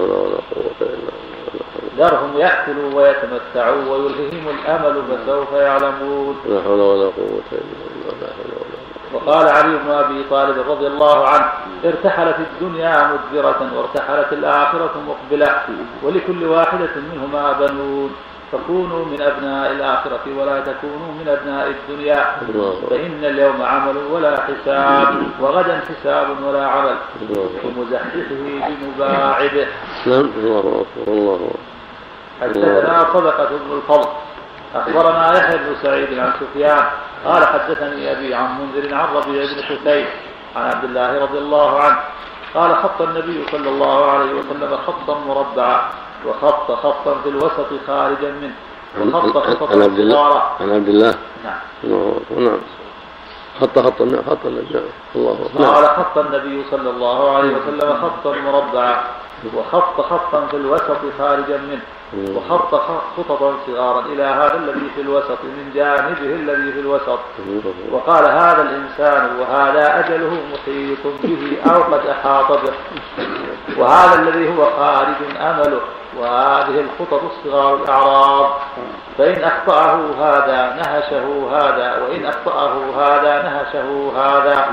Speaker 1: ذرهم يأكلوا ويتمتعوا ويلههم الأمل فسوف يعلمون.
Speaker 2: لا حول ولا قوة إلا بالله.
Speaker 1: وقال علي بن أبي طالب رضي الله عنه ارتحلت الدنيا مدبرة وارتحلت الآخرة مقبلة، ولكل واحدة منهما بنون، فكونوا من أبناء الآخرة ولا تكونوا من أبناء الدنيا، فإن اليوم عمل ولا حساب، وغدا حساب ولا عمل، ومزحزحه بمباعده.
Speaker 2: الله.
Speaker 1: حدثنا صدقة بن الفضل أخبرنا يحيى بن سعيد عن سفيان قال حدثني أبي عن منذر عن ربيع بن حسين عن عبد الله رضي الله عنه قال خط النبي صلى الله عليه وسلم خطا مربعا، وخط خطا في الوسط خارجا منه، وخط خطا صغارا.
Speaker 2: عن عبد الله.
Speaker 1: نعم.
Speaker 2: خط النبي. الله.
Speaker 1: قال خط النبي صلى الله عليه وسلم خطا مربعا، وخط خطا في الوسط خارجا منه، وخط خططا صغارا إلى هذا الذي في الوسط من جانبه الذي في الوسط، وقال هذا الإنسان وهذا أجله محيط به أو قد أحاط به، وهذا الذي هو خارج أمله، وهذه الخطط الصغار الأعراض، فإن أخطأه هذا نهشه هذا، وإن أخطأه هذا نهشه هذا.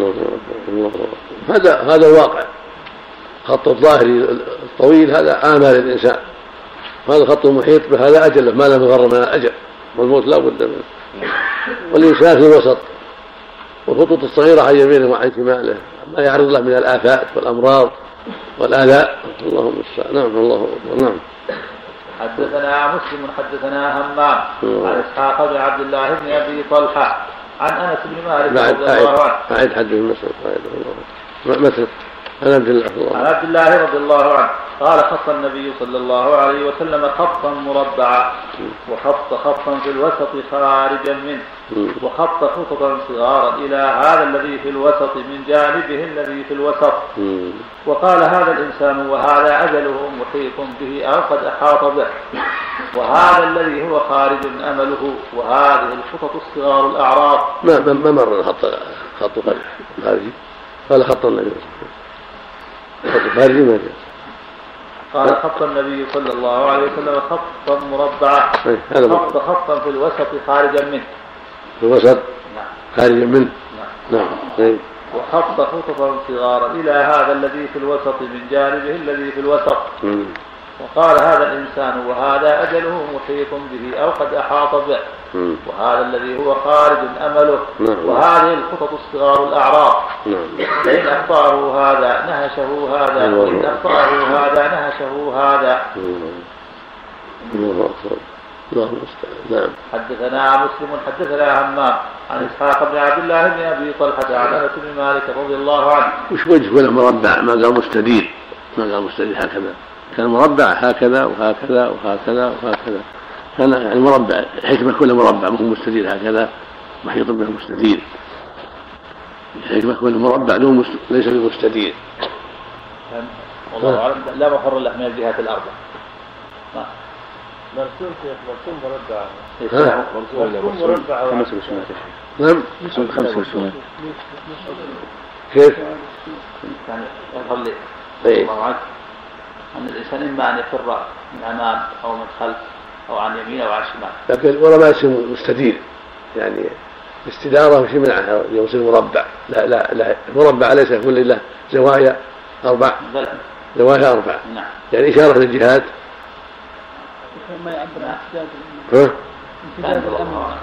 Speaker 2: هذا الواقع. خط الظاهري الطويل هذا آمال الإنسان، هذا الخط المحيط بهذا أجل ما لم يغر من الأجل، والموت لا بد منه، والإنسان في الوسط، والخطوط الصغيرة عن يمينه وعن شماله ما يعرض له من الآفات والأمراض والآلاء. اللهم المستعان. نعم الله أكبر. نعم.
Speaker 1: حدثنا مسلم حدثنا همام عن إسحاق بن عبد الله بن أبي طلحة عن أنس بن مالك رضي الله عنه.
Speaker 2: أعيد حدث المسلم مثل عن عبد الله
Speaker 1: رضي الله عنه قال خط النبي صلى الله عليه وسلم خطا مربعا وخط خطا في الوسط خارجا منه وخط خططا صغارا إلى هذا الذي في الوسط من جانبه الذي في الوسط وقال هذا الإنسان وهذا أجله محيط به أو قد أحاط به وهذا الذي هو خارج أمله وهذه الخطط الصغار الأعراض.
Speaker 2: ما مر خط خارجي قال خط النبي خارجي ما جاء.
Speaker 1: قال خط النبي صلى الله عليه وسلم خطا مربعا خطا في الوسط خارجا منه
Speaker 2: في الوسط خارجا منه نعم.
Speaker 1: وخط خططا صغارا إلى هذا الذي في الوسط من جانبه الذي في الوسط وقال هذا الإنسان وهذا أجله محيط به أو قد أحاط به وهذا الذي هو خارج أمله وهذه الخطط الصغار الأعراض فإن أخطأه هذا نهشه هذا وإن أخطأه هذا نهشه هذا.
Speaker 2: نعم.
Speaker 1: حدثنا مسلم حدثنا همام عن إسحاق بن عبد الله بن أبي طلحة عن أنس بن مالك رضي الله عنه.
Speaker 2: وش وجه ولا مربع ما قال مستدير هكذا كان مربع هكذا وهكذا وهكذا وهكذا كان يعني مربع حكمة كل مربع مو مستدير هكذا محيط به مستدير حكمة كل مربع ليس بمستدير.
Speaker 1: والله أعلم لا مفر له من الجهات الأربع.
Speaker 6: مرسوم مربع.
Speaker 2: مربع.
Speaker 6: 5 رسومات.
Speaker 2: نعم.
Speaker 6: 5 رسومات.
Speaker 2: كيف؟
Speaker 1: يعني يظهر لي. أن الإنسان إما أن يفر من أمام أو من خلف أو عن يمين أو عن شمال.
Speaker 2: لكن ولا ما يصير مستدير يعني استدارة وشي منعها يصير مربع. لا مربع ليس يكون له زوايا 4. زوايا 4.
Speaker 1: نعم.
Speaker 2: يعني إشارة للجهات.
Speaker 4: ما يعبر عن امتداد الأمر.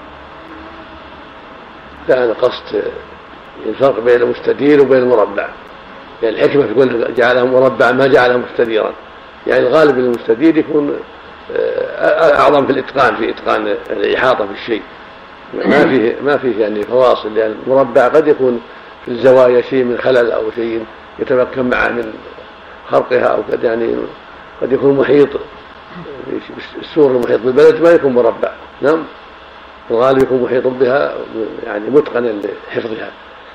Speaker 2: لا أنا قصد الفرق بين المستدير وبين المربع. يعني الحكمة يقول جعله مربعا ما جعله مستديرا يعني الغالب المستدير يكون أعظم في الإتقان في إتقان الإحاطة في الشيء ما فيه يعني فواصل لأن يعني المربع قد يكون في الزوايا شيء من خلل أو شيء يتمكن معه من خرقها أو قد يكون محيط السور المحيط بالبلد ما يكون مربع. نعم الغالب يكون محيط بها يعني متقنا لحفظها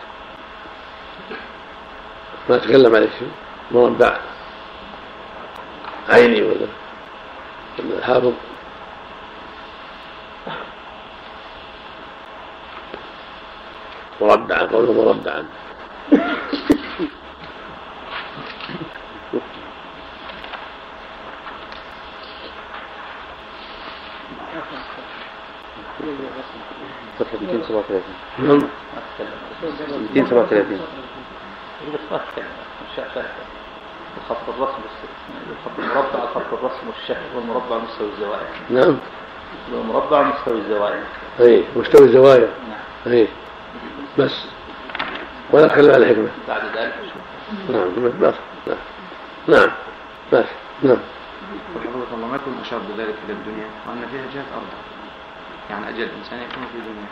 Speaker 2: ما أتكلم عليه شيء مربع عيني ولا حافظ. مربعا قوله مربعا.
Speaker 6: صفحة 237.
Speaker 2: نعم
Speaker 6: 237.
Speaker 1: الخط الرسم الخط المربع الخط الرسم والشكل والمربع مستوي الزوايا.
Speaker 2: نعم
Speaker 1: والمربع مستوي الزوايا.
Speaker 2: اي مستوي الزوايا. نعم اي بس ولا تكلم على الحكمة
Speaker 1: بعد ذلك.
Speaker 2: نعم بس نعم بس نعم.
Speaker 3: حفظك الله ما يكون أشار بذلك إلى الدنيا وأن فيها جهات 4 يعني أجل الإنسان يكون في دنيا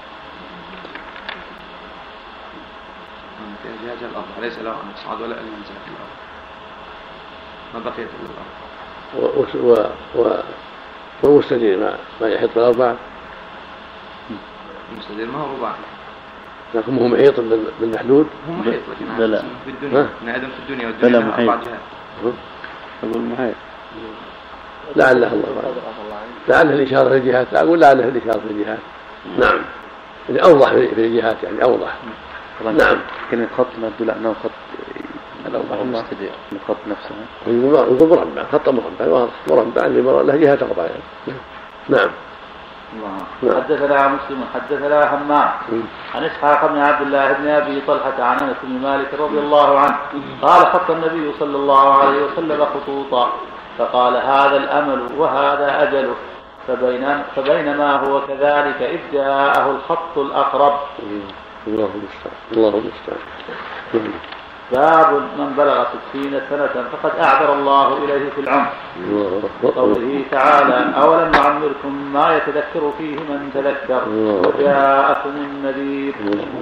Speaker 3: فيها جهات الأرض ليس له أن يصعد ولا أن ينزل في الأرض ما بقيت إلا الأرض. والمستدير ما يحيط بالأربعة. المستدير ما هو رباعي
Speaker 2: لكن هو محيط بالمحدود.
Speaker 3: هو محيط لكن
Speaker 6: لا
Speaker 3: في الدنيا نادم في الدنيا والدنيا لها 4 جهات.
Speaker 6: أقول محيط
Speaker 2: لعله لعله الإشارة في الجهات لا أقول لعله الإشارة في الجهات. نعم يعني أوضح في الجهات يعني أوضح. نعم
Speaker 6: كلمة خط ما تدل أنه خط مستدير من خط نفسه
Speaker 2: يقول مربع خط مربع مربع اللي له جهات 4 يعني. نعم.
Speaker 1: حدثنا مسلم حدثنا همام عن إسحاق بن عبد الله بن أبي طلحة عن أنس بن مالك رضي الله عنه قال خط النبي صلى الله عليه وسلم خطوطا فقال هذا الأمل وهذا أجله فبينما هو كذلك إذ جاءه الخط الأقرب.
Speaker 2: الله المستعان.
Speaker 1: باب من بلغ 60 سنة فقد أعذر الله إليه في العمر. قوله تعالى أولم نعمركم ما يتذكر فيه من تذكر وجاءكم النذير.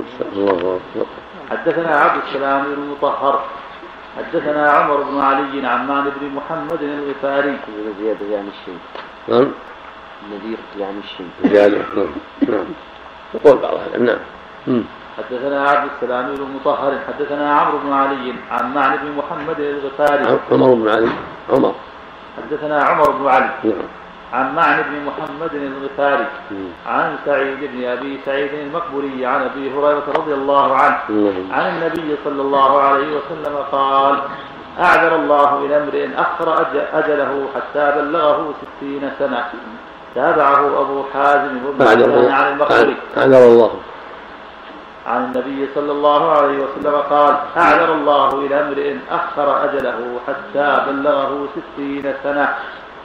Speaker 1: حدثنا عبد السلام بن المطهر حدثنا عمر بن علي عن معن بن محمد الغفاري.
Speaker 7: زيادة يعني الشيء.
Speaker 2: نعم.
Speaker 7: النذير يعني الشيء.
Speaker 2: زيادة. نعم. يقول بعض أهل نعم.
Speaker 1: حدثنا عبد السلام بن المطهر حدثنا عمرو بن علي عن معن بن محمد الغفاري.
Speaker 2: عمر بن علي. عمر.
Speaker 1: حدثنا عمر بن علي.
Speaker 2: نعم.
Speaker 1: عن معن بن محمد الغفاري عن سعيد بن أبي سعيد المقبري عن أبي هريرة رضي الله عنه عن النبي صلى الله عليه وسلم قال أعذر الله إلى امرئ أخر أجله حتى بلغه 60 سنة. تابعه أبو حازم بن عن المقبري.
Speaker 2: أعذر الله
Speaker 1: عن النبي صلى الله عليه وسلم قال أعذر الله إلى امرئ أخر أجله حتى بلغه 60 سنة.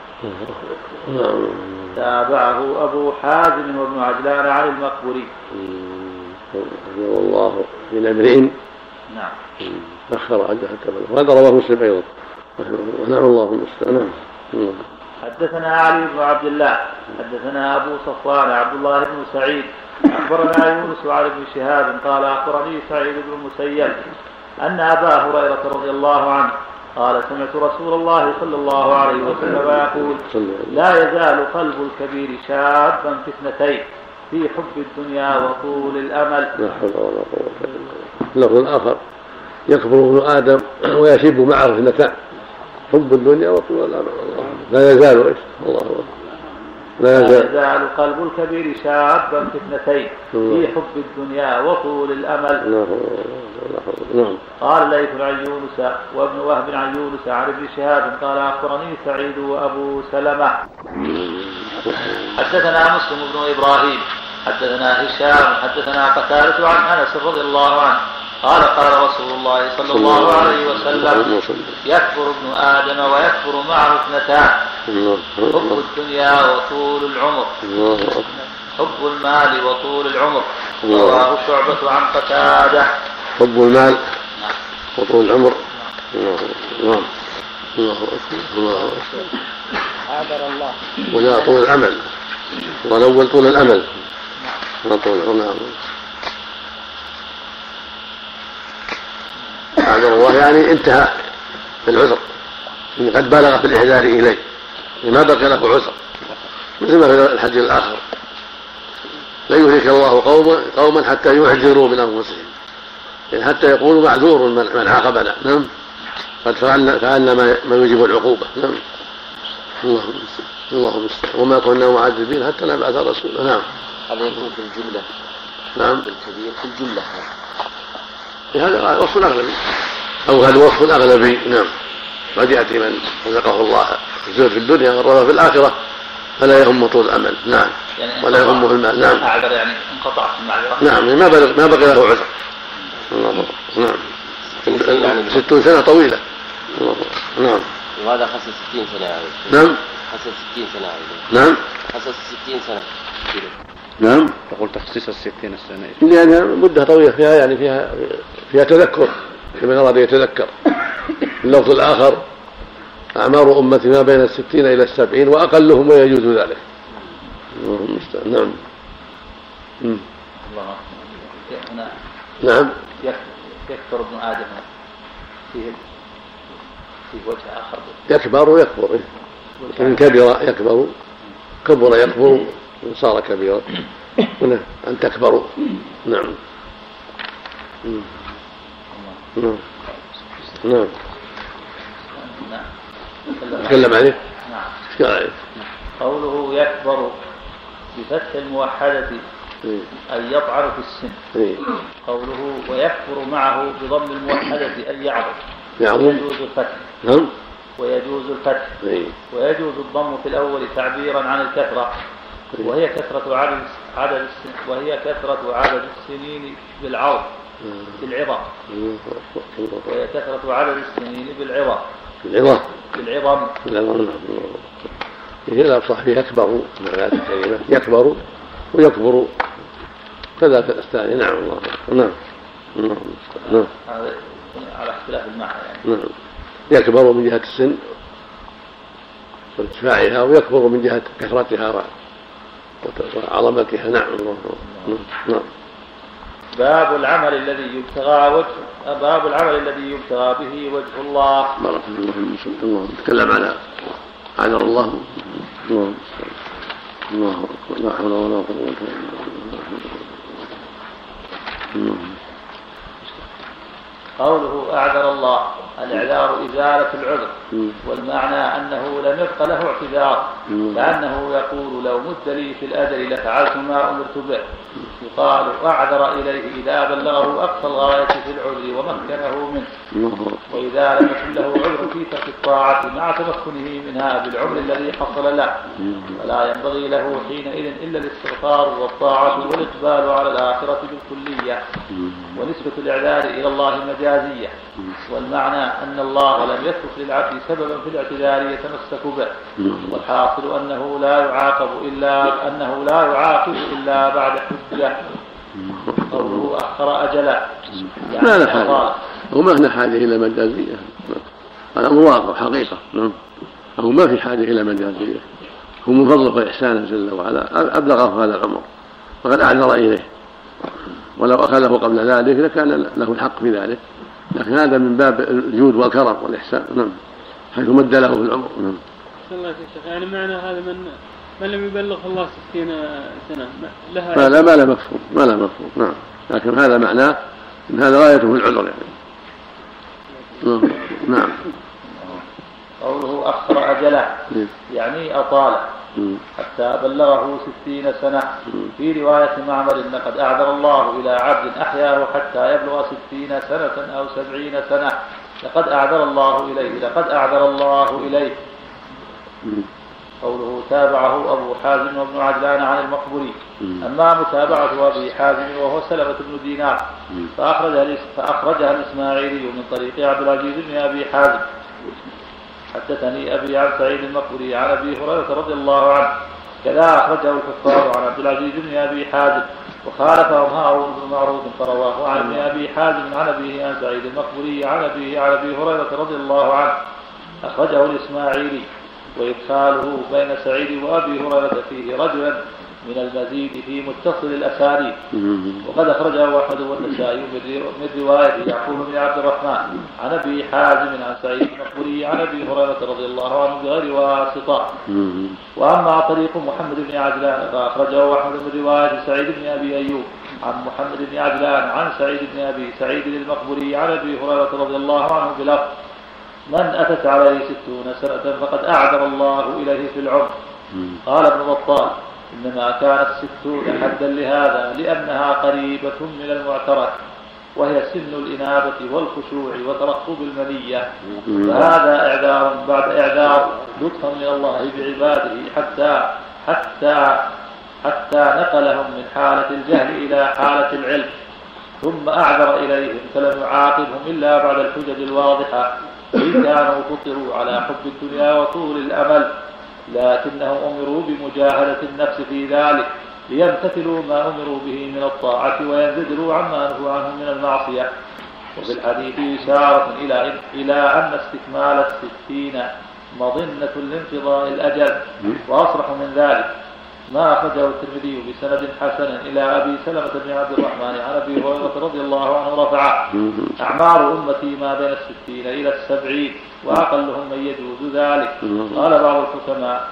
Speaker 1: تابعه أبو حازم وابن عجلان عن المقبري.
Speaker 2: أعذر الله إلى امرئ
Speaker 1: نعم
Speaker 2: أخر أجله حتى بلغه. وهذا رواه مسلم أيضا. ونعم الله المستعان.
Speaker 1: حدثنا علي بن عبد الله حدثنا أبو صفوان عبد الله بن سعيد أخبرنا يونس عن ابن شهاب قال أخبرني سعيد بن المسيب أن أبا هريرة رضي الله عنه قال سمعت رسول الله صلى الله عليه وسلم يقول لا يزال قلب الكبير شابا في اثنتين في حب الدنيا وطول الأمل.
Speaker 2: لا حول ولا قوة إلا بالله. لفظ آخر يكبر ابن آدم ويشب معه اثنتان حب الدنيا وطول الأمل. لا يزال الله أكبر. لا
Speaker 1: يزال قلب الكبير شابا في اثنتين في حب الدنيا وطول الأمل.
Speaker 2: نعم.
Speaker 1: قال ليث عن يونس وابن وهب عن يونس عن ابن شهاب قال أخبرني سعيد وأبو سلمة. حدثنا مسلم بن إبراهيم حدثنا هشام حدثنا قتادة عن أنس رضي الله عنه قال قال رسول الله صلى الله عليه وسلم يكبر ابن آدم ويكبر معه اثنتان حب الدنيا وطول العمر حب المال وطول العمر. رواه شعبة عن قتادة.
Speaker 2: حب المال وطول العمر. نعم. الله أكبر. الله أكبر.
Speaker 7: أعذر الله.
Speaker 2: ولا طول الأمل. والأول طول الأمل. طول العمر. أعذر الله يعني انتهى العذر قد بلغ في الإحذار إليه ما بقي له عذر مثل ما في الحديث الآخر لا يهلك الله قوما حتى يعذروا من أنفسهم يعني حتى يقولوا معذور من عاقبنا. نعم. قد فعلنا ما يجب العقوبة. نعم. اللهم استعان. وما كنا معذبين حتى نبعث رسولا. نعم.
Speaker 7: هذا يكون في الجملة.
Speaker 2: نعم.
Speaker 7: الكبير في الجملة
Speaker 2: هذا وصف أغلبي أو هذا وصف أغلبي. نعم. قد يأتي من رزقه الله الزهد في الدنيا والرغبة في الآخرة فلا يهم طول الأمل. نعم.
Speaker 1: يعني
Speaker 2: ولا يهمه المال. نعم.
Speaker 1: أعذر يعني انقطعت المعذرة.
Speaker 2: نعم. ما بقي له عذر. نعم. 60 سنة طويلة. نعم.
Speaker 7: وهذا خسر 60 سنة يعني.
Speaker 2: نعم.
Speaker 7: خسر 60 سنة يعني.
Speaker 2: نعم.
Speaker 7: خسر 60 سنة.
Speaker 2: نعم.
Speaker 6: تقول تخصيص 60 سنة
Speaker 2: لأنها مدة طويلة فيها يعني فيها تذكر كما أراد يتذكر. اللفظ الآخر أعمار أمتي ما بين 60 إلى 70 وأقلهم ويجوز ذلك. نعم.
Speaker 1: هنا
Speaker 2: نعم.
Speaker 1: يكبر ابن آدم في وجه آخر.
Speaker 2: يكبر ويكبر. إن كبر يكبر كبر يكبر صار كبيرا. هنا أن تكبروا. نعم. نعم. نعم. تكلم عليه.
Speaker 1: نعم. قوله يكبر بفتح الموحدة أن يطعن في السن. قوله ويكبر معه بضم الموحدة أن يعظم. ويجوز الفتح.
Speaker 2: نعم.
Speaker 1: ويجوز الفتح. ويجوز الضم في الأول تعبيرا عن الكثرة وهي كثرة عدد السنين بالعظم بالعظم. وهي كثرة عدد السنين بالعظم.
Speaker 2: هي صح يكبر معنى الكلمة يكبر ويكبر كذا الثاني. نعم. الله. نعم.
Speaker 1: هذا على اختلاف المعنى يعني.
Speaker 2: نعم. يكبر من جهة السن وارتفاعها، ويكبر من جهة كثرتها وعظمتها. نعم. نعم.
Speaker 1: باب العمل الذي يبتغى به وجه الله.
Speaker 2: بارك الله فيك. الله نتكلم على عذر الله. الله أكبر. لا حول ولا قوة إلا بالله.
Speaker 1: قوله أعذر الله، الإعذار إزالة العذر، والمعنى أنه لم يبق له اعتذار، كأنه يقول لو مد لي في الأجل لفعلت ما أمرت به. يقال أعذر إليه إذا بلغه أقصى الغاية في العذر ومكنه منه، وإذا لم يكن له عذر في ترك الطاعة مع تمكنه منها بالعمر الذي حصل له، فلا ينبغي له حينئذ إلا الاستغفار والطاعة والإقبال على الآخرة بالكلية. ونسبة الإعذار إلى الله مجازية، والمعنى أن الله لم يترك للعبد سببا في الاعتذار يتمسك به، والحاصل أنه لا يعاقب إلا بعد حجة. قوله أخر أجلا،
Speaker 2: يعني ما له حاجة، وما هنا حاجة إلى مجازية، الأمر واقع حقيقة. أو ما في حاجة إلى مجازية، هو من فضله وإحسانه جل وعلا أبلغه هذا العمر وقد أعذر إليه، ولو أخذه قبل ذلك لكان له الحق في ذلك، لكن هذا من باب الجود والكرم والإحسان. نعم. حيث مد له في العمر. نعم.
Speaker 4: الله يا شيخ، يعني معنى هذا من لم يبلغ الله 60 سنة لها
Speaker 2: ما له مفهوم. نعم. لكن هذا معناه ان هذا غايته في العذر يعني. نعم.
Speaker 1: قوله أخر أجله يعني أطاله حتى بلغه 60 سنة. في رواية معمر لقد أعذر الله إلى عبد أحياه حتى يبلغ 60 سنة أو 70 سنة، لقد أعذر الله إليه. قوله تابعه أبو حازم وابن عجلان عن المقبري. أما متابعة أبي حازم وهو سلمة بن دينار فأخرجها الإسماعيلي من طريق عبد العزيز بن أبي حازم. حدثني أبي عن سعيد المقبري عن أبي هريرة رضي الله عنه، كذا أخرجه الحفاظ عن عبد العزيز بن أبي حازم، وخالفهم هارون بن معروف فرواه عن ابن أبي حازم عن أبيه عن سعيد المقبري عن أبيه عن أبي هريرة رضي الله عنه. أخرجه الإسماعيلي، وإدخاله بين سعيد وأبي هريرة فيه رجلا من المزيد في متصل الأسانيد. وقد أخرجه أحمد والنسائي من رواية يعقوب بن عبد الرحمن عن أبي حازم عن سعيد المقبري عن أبي هريرة رضي الله عنه بغير واسطة. وأما طريق محمد بن عجلان فأخرجه أحمد من رواية سعيد بن أبي أيوب عن محمد بن عجلان عن سعيد بن أبي سعيد المقبري عن أبي هريرة رضي الله عنه بلفظ: من أتت عليه 60 سنة فقد أعذر الله إليه في العمر. قال ابن بطال: إنما كانت 60 حدا لهذا لأنها قريبة من المعترك، وهي سن الإنابة والخشوع وترقب المنية، فهذا إعذار بعد إعذار لطفا من الله بعباده حتى نقلهم من حالة الجهل إلى حالة العلم، ثم أعذر إليهم فلم يعاقبهم إلا بعد الحجج الواضحة، إن كانوا فطروا على حب الدنيا وطول الأمل، لكنهم أمروا بمجاهدة النفس في ذلك ليمتثلوا ما أمروا به من الطاعة وينزجروا عما نهوا عنه من المعصية. وفي الحديث إشارة إلى أن استكمال 60 مظنة لانقضاء الأجل، وأصرح من ذلك ما أخرجه الترمذي بسند حسن إلى أبي سلمة بن عبد الرحمن عن أبي هريرة رضي الله عنه رفعه: أعمار أمتي ما بين 60 إلى 70 وأقلهم من يجوز ذلك. قال بعض الحكماء: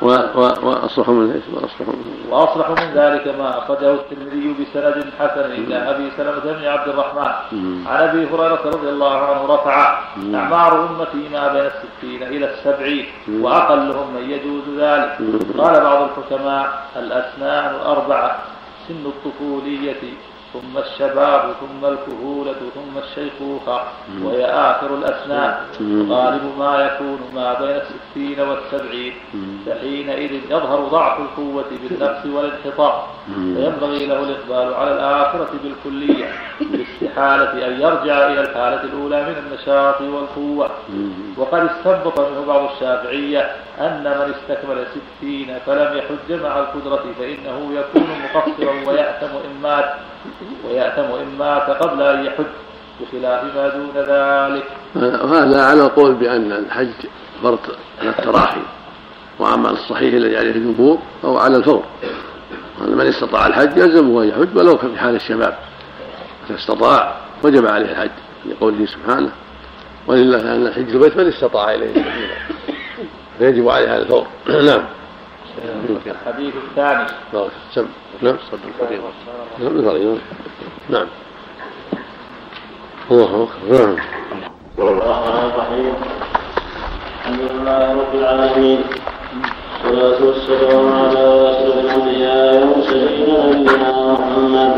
Speaker 1: وأصلح من ذلك ما أخرجه الترمذي بسند حسن إلى أبي سلمة بن عبد الرحمن عن أبي هريرة رضي الله عنه رفعه: أعمار أمتي ما بين 60 إلى 70 وأقلهم من يجوز ذلك. قال بعض الحكماء: الأسنان 4: سن الطفولية، ثم الشباب، ثم الكهولة، ثم الشيخوخة، وهي آخر الأسنان، غالب ما يكون ما بين 60 و70، فحينئذ يظهر ضعف القوة بالنفس والانحطاط، فينبغي له الإقبال على الآخرة بالكلية بالاستحالة أن يرجع إلى الحالة الأولى من النشاط والقوة. وقد استنبط منه بعض الشافعية أن من استكمل 60 فلم يحج مع القدرة فإنه يكون مقصرا ويأثم إن مات قبل أن يحج، بخلاف ما دون ذلك.
Speaker 2: وهذا على القول بأن الحج فرض على التراخي، وأما الصحيح الذي عليه الجمهور فهو على الفور، من استطاع الحج يلزمه أن يحج ولو في حال الشباب، إذا استطاع وجب عليه الحج لقوله سبحانه ولله أن الحج البيت من استطاع إليه سبيلا، فيجب عليه على الفور. نعم.
Speaker 1: الحديث الثاني.
Speaker 2: نعم. نعم. الله أكبر.
Speaker 8: الرحمن الرحيم. الحمد لله رب العالمين، والصلاة والسلام على أشرف الأنبياء والمرسلين نبينا محمد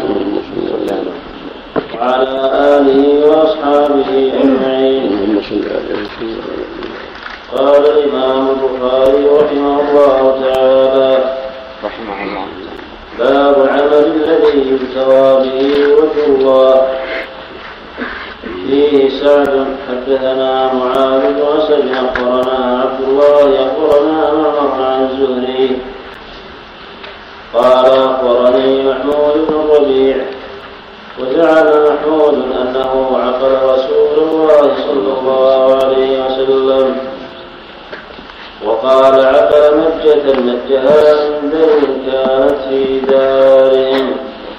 Speaker 8: وعلى آله وأصحابه أجمعين. قال الإمام البخاري رحمه الله تعالى: باب العمل الذي يبتغى به وجه الله. فيه سعد حدثنا معاذ بن اسد اخبرنا عبد الله اخبرنا معمر عن الزهري قال اخبرني محمود بن الربيع وزعم محمود انه عقل رسول الله صلى الله عليه وسلم وقال عقل مجة مجها من دار كانت في دارهم.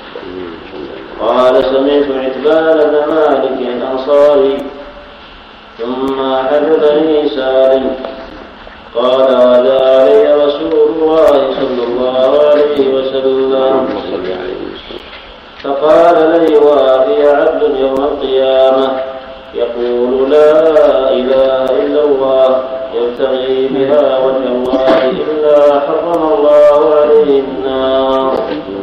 Speaker 8: قال سمعت عتبان بن مالك الأنصاري ثم حدثني سالم قال غدا علي رسول الله صلى الله عليه وسلم فقال لي وافي عبد يوم القيامة يقول لا إله إلا الله يبتغي بها وجه الله إلا حرم الله عليه النار.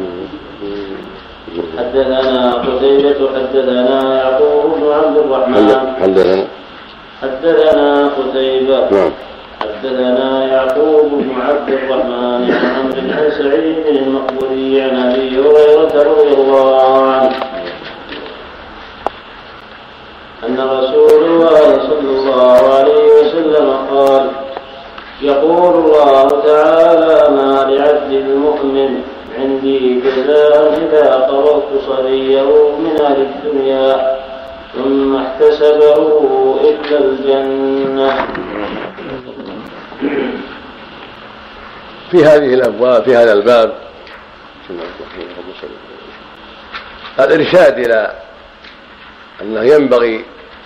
Speaker 8: حدثنا قتيبة حدثنا يعقوب بن عبد الرحمن حدثنا قتيبة حدثنا يعقوب بن عبد الرحمن عن عمرو بن سعيد المقبري عن أبي هريرة رضي الله عنه أن رسول الله صلى الله عليه وسلم قال: يقول الله تعالى: ما لعبد المؤمن عندي جزاء إذا قررت صبيه من أهل الدنيا ثم احتسبه إلا الجنة.
Speaker 2: في هذه الأبواب، في هذا الباب، الإرشاد إلى أنه ينبغي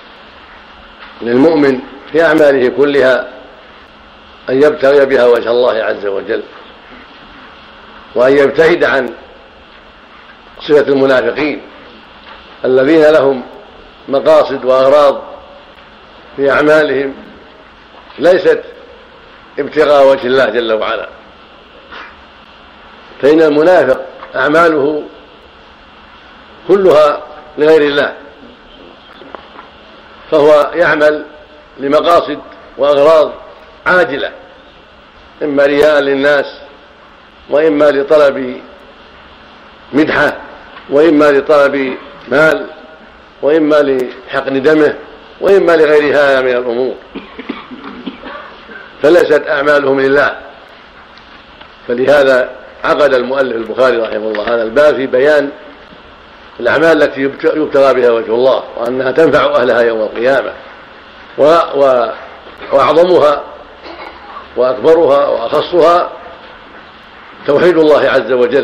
Speaker 2: للمؤمن في أعماله كلها أن يبتغي بها وجه الله عز وجل، وأن يبتعد عن صفة المنافقين الذين لهم مقاصد وأغراض في أعمالهم ليست ابتغاء وجه الله جل وعلا. فإن المنافق أعماله كلها لغير الله، فهو يعمل لمقاصد وأغراض عاجلة، إما رياء للناس، وإما لطلب مدحة، وإما لطلب مال، وإما لحقن دمه، وإما لغير هذا من الأمور، فليست أعمالهم لله. فلهذا عقد المؤلف البخاري رحمه الله هذا الباب في بيان الأعمال التي يبتغى بها وجه الله، وأنها تنفع أهلها يوم القيامة، وأعظمها وأكبرها وأخصها توحيد الله عز وجل،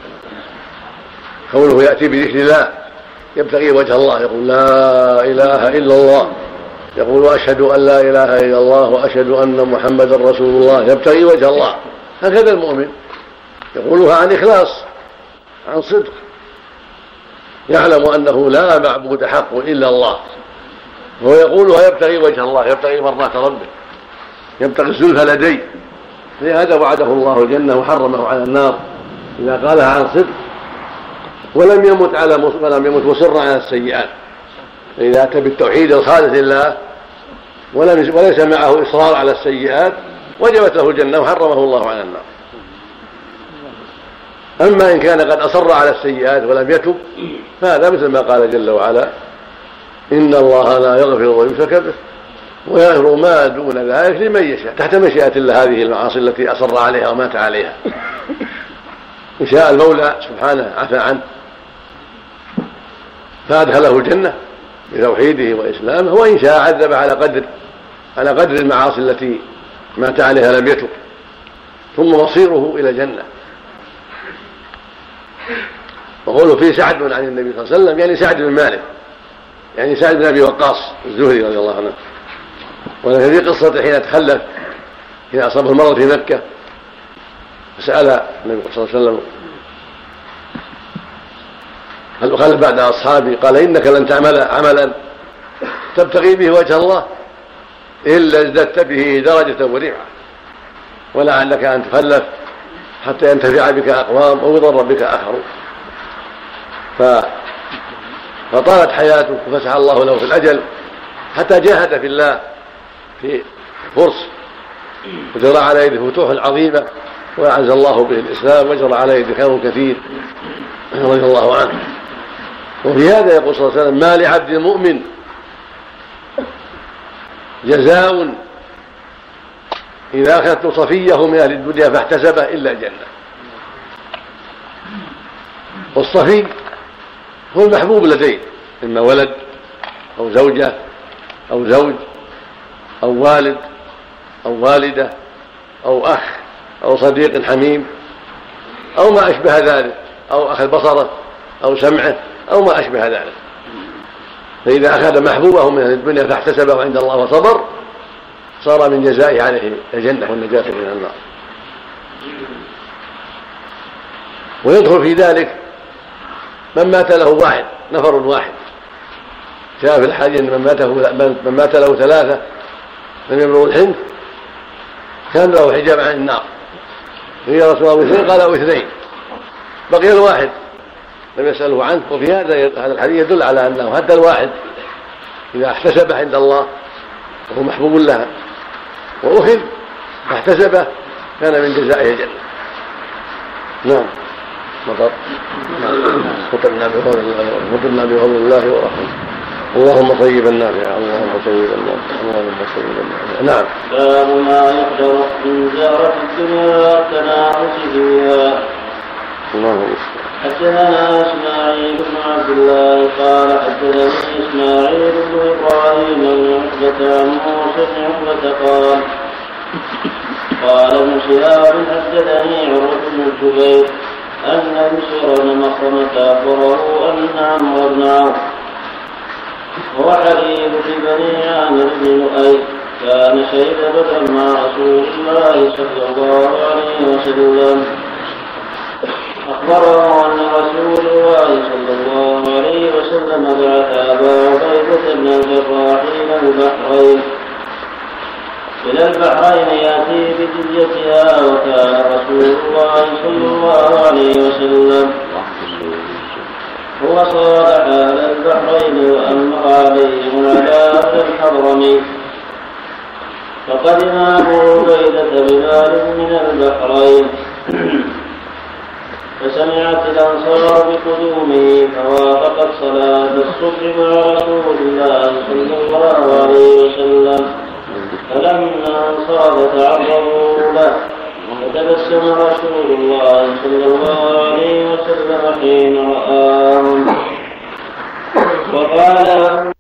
Speaker 2: كونه يأتي بذكر الله يبتغي وجه الله، يقول لا إله إلا الله، يقول أشهد أن لا إله إلا الله وأشهد أن محمدا رسول الله، يبتغي وجه الله. هكذا المؤمن يقولها عن إخلاص، عن صدق، يعلم أنه لا معبود حق إلا الله، وهو يقولها يبتغي وجه الله، يبتغي مرضاة ربه، يبتغي الزلفى لديه. لهذا وعده الله الجنة وحرمه على النار إذا قالها عن صدق ولم يمت مصرا على السيئات. فإذا أتى بالتوحيد الخالص لله وليس معه إصرار على السيئات وجبت له الجنة وحرمه الله على النار. أما إن كان قد أصر على السيئات ولم يتب فهذا مثل ما قال جل وعلا: إن الله لا يغفر ويشرك به ويغفر ما دون ذلك لمن يشاء، تحت مشيئة الله هذه المعاصي التي أصر عليها ومات عليها. إن شاء المولى سبحانه عفى عنه فأدخله الجنة، بتوحيده وإسلامه، وإن شاء عذب على قدر المعاصي التي مات عليها لم يتب، ثم مصيره إلى الجنة. وقوله فيه سعد عن النبي صلى الله عليه وسلم يعني سعد بن مالك، يعني سعد بن أبي وقاص الزهري رضي الله عنه. ولكن في قصة حين تخلف، حين أصابه المرض في مكة، فسأل النبي صلى الله عليه وسلم هل أخلف بعد أصحابي؟ قال إنك لن تعمل عملا تبتغي به وجه الله إلا ازددت به درجة ورفعة، ولعلك أن تخلف حتى ينتفع بك أقوام أو يضر بك آخرون. فطالت حياته وفتح الله له في الأجل حتى جاهد في الله في فرس، وجرى على يده فتوح عظيمة، وأعز الله به الإسلام، وجرى على يده خير كثير رضي الله عنه. وفي هذا يقول صلى الله عليه وسلم: ما لعبد مؤمن جزاء إذا أخذت صفيه من أهل الدنيا فاحتسبه إلا الجنة. والصفي هو المحبوب لديه، إما ولد أو زوجة أو زوج أو والد أو والدة أو أخ أو صديق حميم أو ما أشبه ذلك، أو أخذ بصره أو سمعه أو ما أشبه ذلك. فإذا أخذ محبوبه من الدنيا فاحتسبه عند الله وصبر، صار من جزائه عليه الجنة والنجاة من النار. ويدخل في ذلك من مات له واحد، نفر واحد. جاء في الحديث أن من مات له ثلاثة لم يبلغوا الحنث كان له حجاب عن النار. يا رسول الله اثنين؟ قال: اثنين. بقي الواحد لم يسأله عنه. وفي هذا الحديث يدل على أنه حتى الواحد إذا احتسب عند الله وهو محبوب لها وأخذ فاحتسبه كان من جزائه الجنة. نعم. مطرنا بفضل الله ورحمته. اللهم طيبا نافعا، اللهم طيبا نافعا، اللهم طيبا نافعا. نعم.
Speaker 8: باب ما يحذر من زيارة الدنيا والتنافس فيها.
Speaker 2: الله.
Speaker 8: حدثنا اسماعيل بن عبد الله قال حدثني اسماعيل بن ابراهيم بن عقبة عن موسى بن عقبة قال ابن شهاب حدثني عروة بن الزبير أن بشر بن مخرمة أخبره أن عمرو بن عوف هو حليف لبني عامر بن لؤي كان شهد بدرا مع رسول الله صلى الله عليه وسلم. أخبره أن رسول الله صلى الله عليه وسلم بعث أبا عبيدة بن الجراح إلى البحرين يأتي بجزيتها، وكان رسول الله صلى الله عليه وسلم هو صالح على البحرين وأمر عليهم العذاب الحضرمي. فقدم أبو عبيدة بمال من البحرين فسمعت الأنصار بقدومه فوافقت صلاة الصبح مع رسول الله صلى الله عليه وسلم. فلما انصرف تعرضوا له فتبسم رسول الله صلى الله عليه وسلم حين رآهم وقال